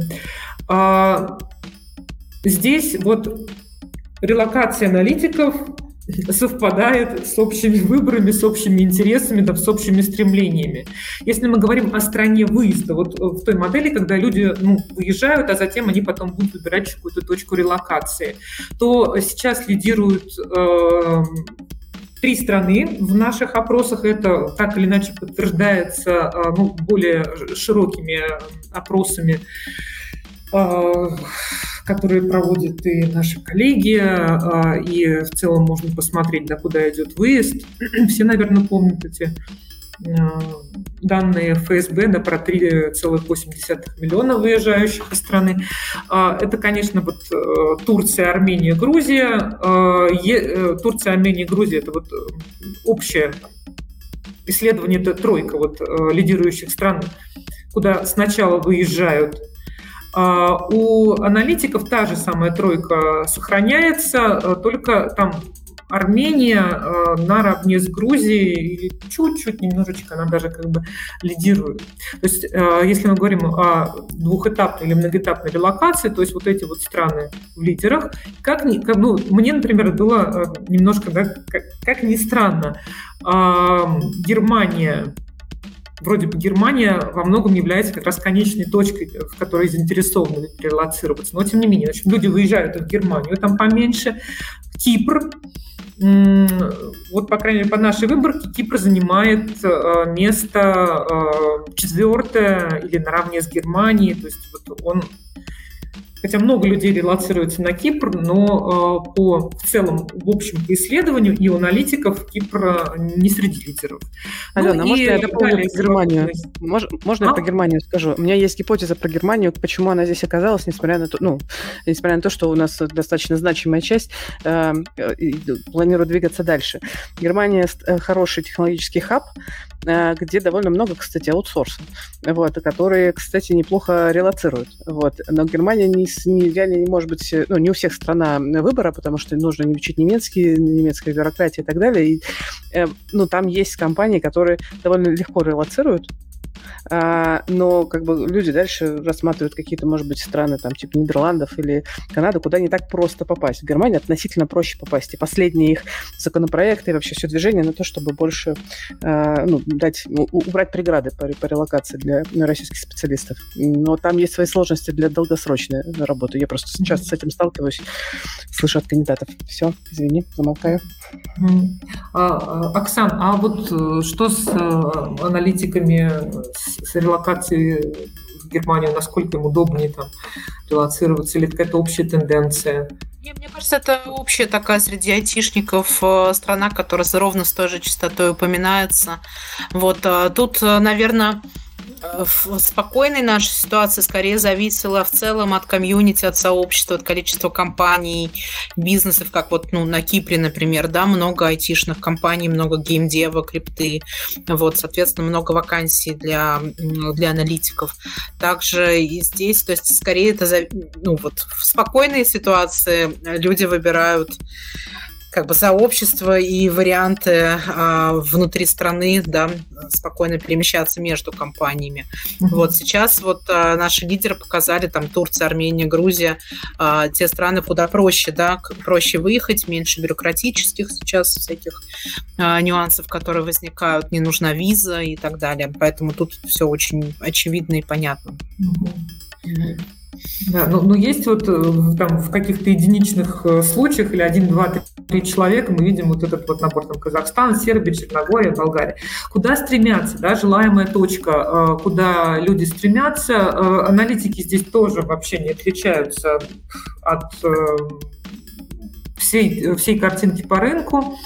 Здесь релокация аналитиков совпадает с общими выборами, с общими интересами, с общими стремлениями. Если мы говорим о стране выезда, в той модели, когда люди выезжают, а затем они потом будут выбирать какую-то точку релокации, то сейчас лидируют 3 страны в наших опросах. Это так или иначе подтверждается более широкими опросами, которые проводят и наши коллеги, и в целом можно посмотреть, куда идет выезд. Все, наверное, помнят эти данные ФСБ про 3,8 миллиона выезжающих из страны. Это, конечно, Турция, Армения, Грузия. Турция, Армения, Грузия – это общее исследование, это тройка лидирующих стран, куда сначала выезжают. У аналитиков та же самая тройка сохраняется, только там Армения наравне с Грузией чуть-чуть, немножечко, она даже лидирует. То есть, если мы говорим о двухэтапной или многоэтапной релокации, то есть эти страны в лидерах, мне, например, было немножко, как ни странно, Вроде бы Германия во многом является как раз конечной точкой, в которой заинтересованы релоцироваться. Но тем не менее, люди выезжают в Германию, там поменьше. Кипр вот, по крайней мере, по нашей выборке Кипр занимает место 4 или наравне с Германией. То есть вот он, хотя много людей релоцируется на Кипр, но в целом, в общем, по исследованию и у аналитиков Кипр не среди лидеров. Алена, можно я дополню про Германию? Можно я про Германию скажу? У меня есть гипотеза про Германию, почему она здесь оказалась, несмотря на то, что у нас достаточно значимая часть планирует двигаться дальше. Германия хороший технологический хаб, где довольно много, кстати, аутсорса, которые, кстати, неплохо релоцируют. Но Германия реально не может быть, не у всех страна выбора, потому что нужно не учить немецкая бюрократия и так далее. И, там есть компании, которые довольно легко релоцируют, но люди дальше рассматривают какие-то, может быть, страны, типа Нидерландов или Канады, куда не так просто попасть. В Германию относительно проще попасть. И последние их законопроекты и вообще все движение на то, чтобы больше убрать преграды по релокации для российских специалистов. Но там есть свои сложности для долгосрочной работы. Я просто сейчас с этим сталкиваюсь, слышу от кандидатов. Все, извини, замолкаю. Оксан, а вот что с аналитиками, с релокацией в Германию, насколько им удобнее там релоцироваться, или какая-то общая тенденция? Мне кажется, это общая такая среди айтишников страна, которая ровно с той же частотой упоминается. Тут, наверное, в спокойной нашей ситуации скорее зависело в целом от комьюнити, от сообщества, от количества компаний, бизнесов, как на Кипре, например, много айтишных компаний, много геймдева, крипты, соответственно, много вакансий для аналитиков. Также и здесь, то есть скорее это в спокойной ситуации люди выбирают сообщества и варианты внутри страны, спокойно перемещаться между компаниями. Сейчас наши лидеры показали, Турция, Армения, Грузия, те страны, куда проще выехать, меньше бюрократических сейчас всяких нюансов, которые возникают, не нужна виза и так далее. Поэтому тут все очень очевидно и понятно. Да, но есть в каких-то единичных случаях или 1, 2, 3 человека мы видим этот набор Казахстан, Сербия, Черногория, Болгария. Куда стремятся, желаемая точка, куда люди стремятся. Аналитики здесь тоже вообще не отличаются от всей картинки по рынку.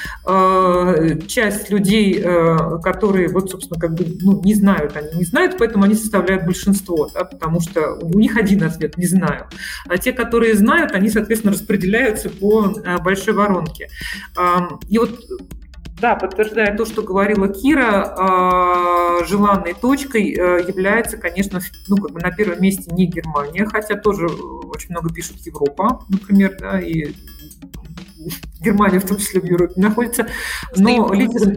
Часть людей, которые не знают, они не знают, поэтому они составляют большинство, потому что у них один ответ – не знаю. А те, которые знают, они, соответственно, распределяются по большой воронке. И подтверждая то, что говорила Кира, желанной точкой является, конечно, на первом месте не Германия, хотя тоже очень много пишут Европа, например, и Германия в том числе в Европе находится, но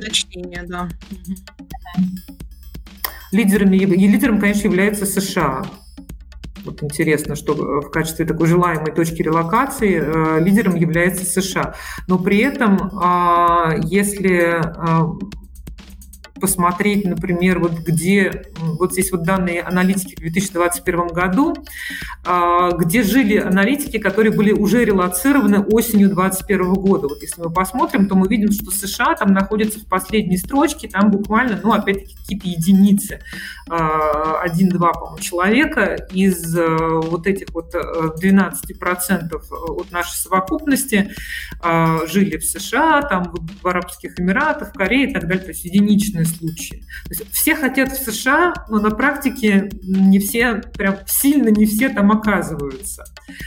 лидером, конечно, является США. Интересно, что в качестве такой желаемой точки релокации лидером является США. Но при этом, если посмотреть, например, где здесь данные аналитики в 2021 году, где жили аналитики, которые были уже релоцированы осенью 2021 года. Если мы посмотрим, то мы видим, что США там находятся в последней строчке, там буквально, опять-таки, какие-то единицы, 1-2, по-моему, человека из этих 12% от нашей совокупности жили в США, там в Арабских Эмиратах, в Корее и так далее, то есть единичные случаи. То есть все хотят в США, но на практике не все, прям сильно не все там оказываются.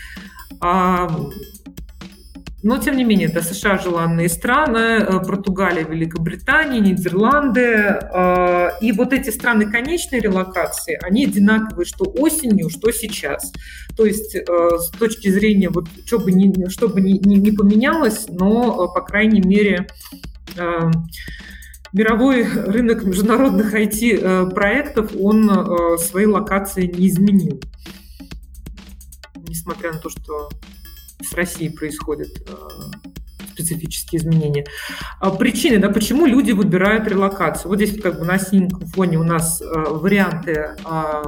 Но, тем не менее, США желанные страны, Португалия, Великобритания, Нидерланды. И эти страны конечной релокации, они одинаковые что осенью, что сейчас. То есть с точки зрения, что бы ни поменялось, но, по крайней мере, мировой рынок международных IT-проектов, он свои локации не изменил. Несмотря на то, что с Россией происходят специфические изменения. Причины, почему люди выбирают релокацию. Здесь на синем фоне у нас варианты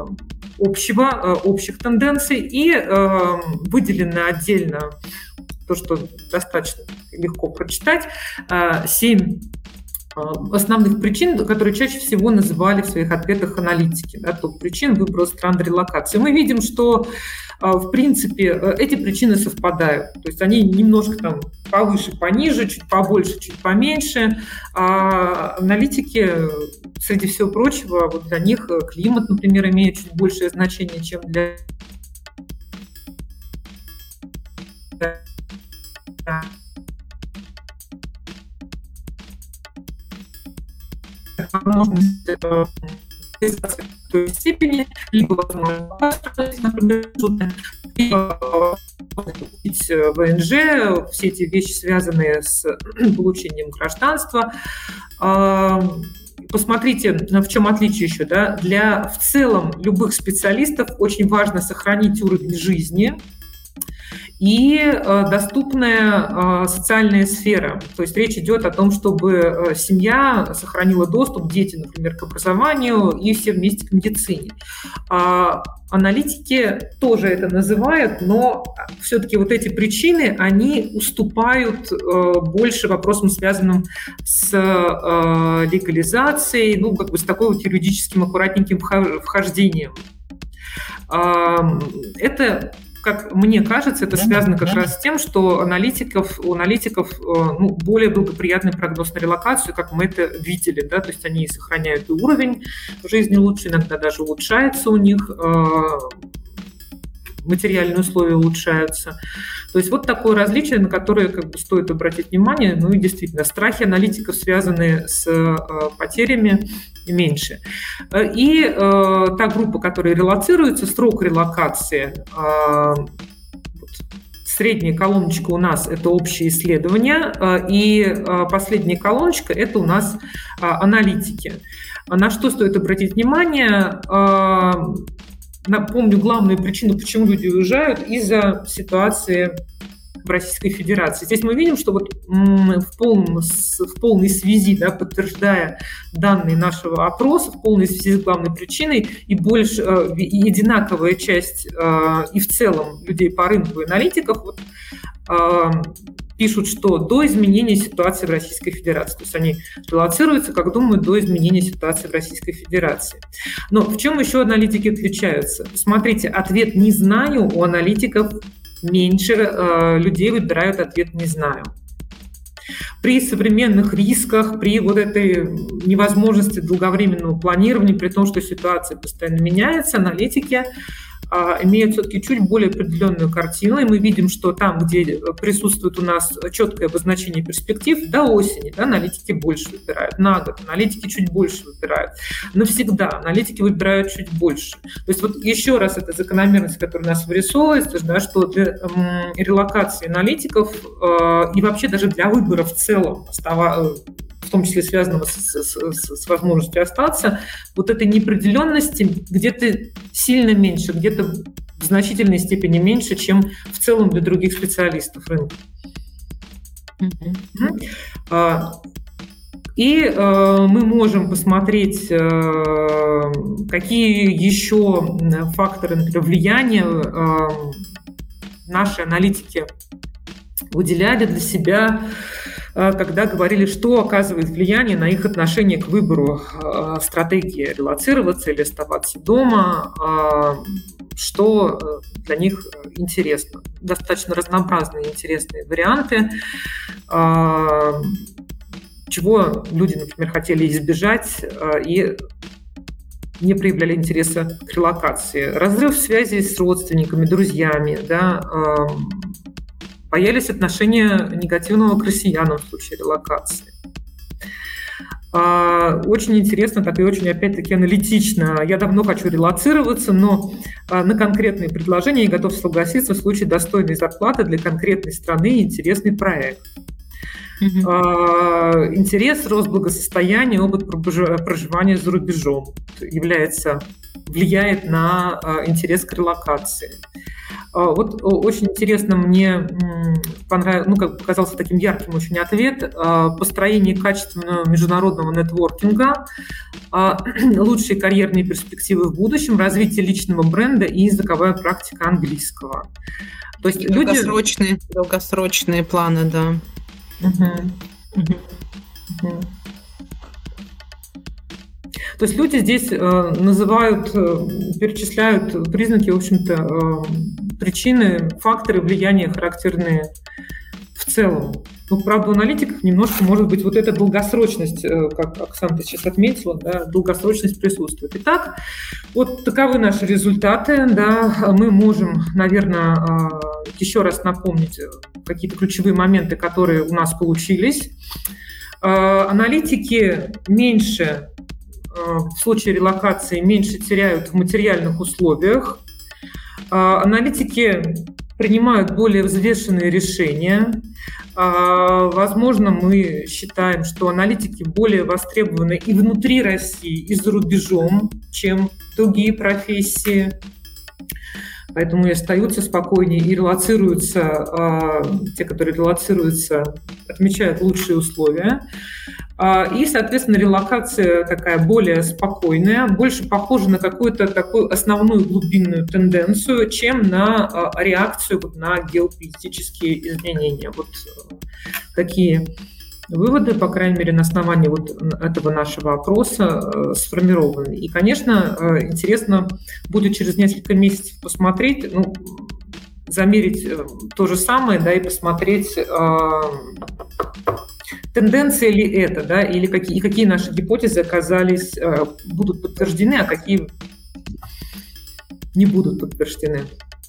общих тенденций и выделено отдельно то, что достаточно легко прочитать, 7 основных причин, которые чаще всего называли в своих ответах аналитики, да, топ-причин выбора стран релокации. Мы видим, что, в принципе, эти причины совпадают. То есть они немножко там повыше, пониже, чуть побольше, чуть поменьше. А аналитики, среди всего прочего, вот для них климат, например, имеет чуть большее значение, чем для возможность в той степени, либо возможность, например, купить ВНЖ, все эти вещи, связанные с получением гражданства. Посмотрите, в чем отличие еще. Да? Для в целом любых специалистов очень важно сохранить уровень жизни и доступная социальная сфера. То есть речь идет о том, чтобы семья сохранила доступ, дети, например, к образованию и все вместе к медицине. Аналитики тоже это называют, но все-таки вот эти причины, они уступают больше вопросам, связанным с легализацией, ну, как бы с такой вот юридическим аккуратненьким вхождением. Это, как мне кажется, это связано как раз с тем, что у аналитиков более благоприятный прогноз на релокацию, как мы это видели. Да? То есть они сохраняют и уровень жизни лучше, иногда даже улучшается у них, материальные условия улучшаются. То есть вот такое различие, на которое как бы стоит обратить внимание. Ну и действительно, страхи аналитиков, связанные с потерями, меньше. И та группа, которая релоцируется, срок релокации, средняя колоночка у нас – это общие исследования, и последняя колоночка – это у нас аналитики. На что стоит обратить внимание? Напомню главную причину, почему люди уезжают, из-за ситуации в Российской Федерации. Здесь мы видим, что вот в полной связи, да, подтверждая данные нашего опроса, в полной связи с главной причиной, и больше и одинаковая часть и в целом людей по рынку и аналитиков вот, пишут, что до изменения ситуации в Российской Федерации. То есть они релоцируются, как думают, до изменения ситуации в Российской Федерации. Но в чем еще аналитики отличаются? Смотрите, ответ «не знаю» у аналитиков меньше людей выбирают ответ «не знаю». При современных рисках, при вот этой невозможности долговременного планирования, при том, что ситуация постоянно меняется, аналитики имеют все-таки чуть более определенную картину, и мы видим, что там, где присутствует у нас четкое обозначение перспектив, до осени, да, аналитики больше выбирают, на год аналитики чуть больше выбирают, навсегда аналитики выбирают чуть больше. То есть вот еще раз эта закономерность, которая у нас вырисовывается, да, что для релокации аналитиков и вообще даже для выбора в целом, в том числе связанного с возможностью остаться, вот этой неопределенности где-то сильно меньше, где-то в значительной степени меньше, чем в целом для других специалистов рынка. И мы можем посмотреть, какие еще факторы, например, влияния наши аналитики выделяли для себя, когда говорили, что оказывает влияние на их отношение к выбору стратегии релоцироваться или оставаться дома, что для них интересно. Достаточно разнообразные интересные варианты, чего люди, например, хотели избежать и не проявляли интереса к релокации. Разрыв связи с родственниками, друзьями, да, боялись отношения негативного к россиянам в случае релокации. Очень интересно, так и очень, опять-таки, аналитично. Я давно хочу релоцироваться, но на конкретные предложения я готов согласиться в случае достойной зарплаты для конкретной страны и интересный проект. Интерес, рост благосостояния, опыт проживания за рубежом влияет на интерес к релокации. Вот очень интересно мне показался таким ярким очень ответ: построение качественного международного нетворкинга, лучшие карьерные перспективы в будущем, развитие личного бренда и языковая практика английского. То есть долгосрочные планы, да. То есть люди здесь называют, перечисляют признаки, в общем-то, причины, факторы влияния, характерные в целом. Ну, правда, у аналитиков немножко, может быть, вот эта долгосрочность, как Оксана сейчас отметила, да, долгосрочность присутствует. Итак, вот таковы наши результаты. Да. Мы можем, наверное, еще раз напомнить какие-то ключевые моменты, которые у нас получились. Аналитики меньше, в случае релокации, меньше теряют в материальных условиях. Аналитики принимают более взвешенные решения. Возможно, мы считаем, что аналитики более востребованы и внутри России, и за рубежом, чем другие профессии. Поэтому и остаются спокойнее, и релоцируются, те, которые релоцируются, отмечают лучшие условия. И, соответственно, релокация такая более спокойная, больше похожа на какую-то такую основную глубинную тенденцию, чем на реакцию на геополитические изменения. Вот такие выводы, по крайней мере, на основании вот этого нашего опроса сформированы. И, конечно, интересно будет через несколько месяцев посмотреть, замерить то же самое, да, и посмотреть, тенденция ли это, да, или какие наши гипотезы оказались, будут подтверждены, а какие не будут подтверждены.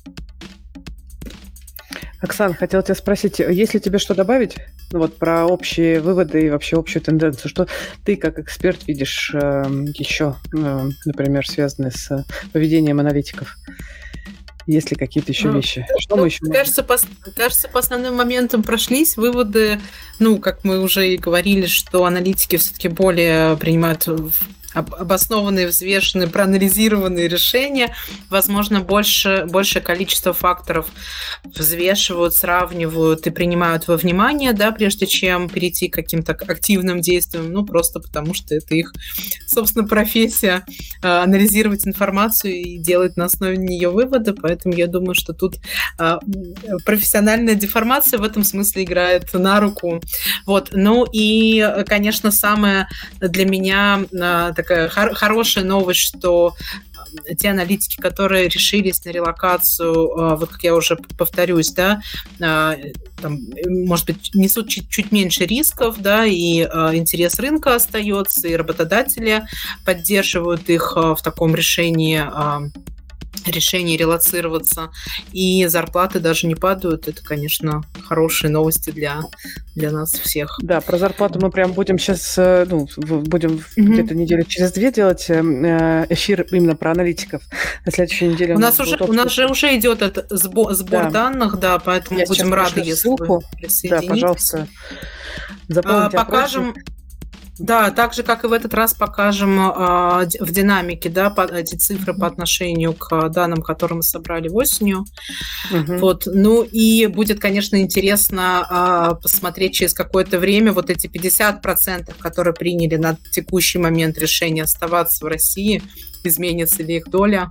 Оксана, хотела тебя спросить, есть ли тебе что добавить про общие выводы и вообще общую тенденцию? Что ты как эксперт видишь еще, например, связанные с поведением аналитиков? Есть ли какие-то еще вещи? Что мы еще кажется, по основным моментам прошлись выводы. Как мы уже и говорили, что аналитики все-таки более принимают обоснованные, взвешенные, проанализированные решения. Возможно, большее количество факторов взвешивают, сравнивают и принимают во внимание, да, прежде чем перейти к каким-то активным действиям, просто потому что это их, собственно, профессия анализировать информацию и делать на основе нее выводы. Поэтому я думаю, что тут профессиональная деформация в этом смысле играет на руку. И, конечно, самое для меня такая хорошая новость, что те аналитики, которые решились на релокацию, как я уже повторюсь, да, может быть, несут чуть меньше рисков, да, и интерес рынка остается, и работодатели поддерживают их в таком решении релоцироваться, и зарплаты даже не падают. Это, конечно, хорошие новости для нас всех. Да, про зарплату мы прям будем сейчас, будем где-то неделю через 2 делать эфир именно про аналитиков. На следующей неделе у нас же уже идет этот сбор данных, да, поэтому будем рады, если вы присоединитесь. Да, пожалуйста. Заполните покажем. Да, так же, как и в этот раз, покажем в динамике, да, эти цифры по отношению к данным, которые мы собрали осенью. И будет, конечно, интересно посмотреть через какое-то время эти 50%, которые приняли на текущий момент решение оставаться в России, изменится ли их доля.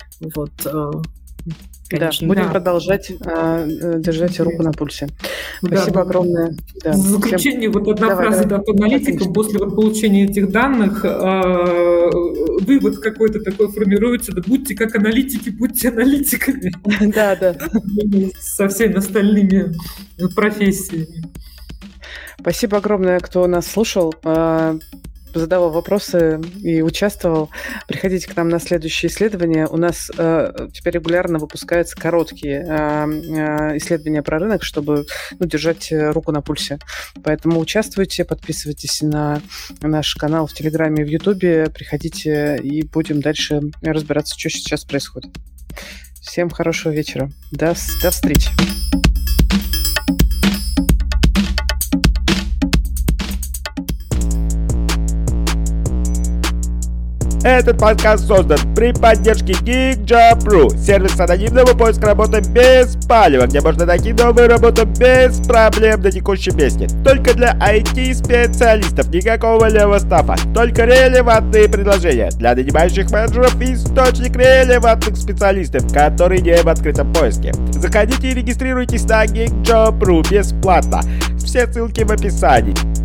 Конечно, будем продолжать держать руку на пульсе. Спасибо огромное. В заключение одна фраза по аналитикам. После получения этих данных вывод какой-то такой формируется: да будьте как аналитики, будьте аналитиками. Да. Со всеми остальными профессиями. Спасибо огромное, кто нас слушал, задавал вопросы и участвовал. Приходите к нам на следующие исследования. У нас теперь регулярно выпускаются короткие исследования про рынок, чтобы держать руку на пульсе. Поэтому участвуйте, подписывайтесь на наш канал в Телеграме и в Ютубе. Приходите, и будем дальше разбираться, что сейчас происходит. Всем хорошего вечера. До встречи. Этот подкаст создан при поддержке GeekJob.ru, сервис анонимного поиска работы без палева, где можно найти новую работу без проблем на текущем месте. Только для IT-специалистов, никакого левого стафа, только релевантные предложения для нанимающих менеджеров и источник релевантных специалистов, которые не в открытом поиске. Заходите и регистрируйтесь на GeekJob.ru бесплатно. Все ссылки в описании.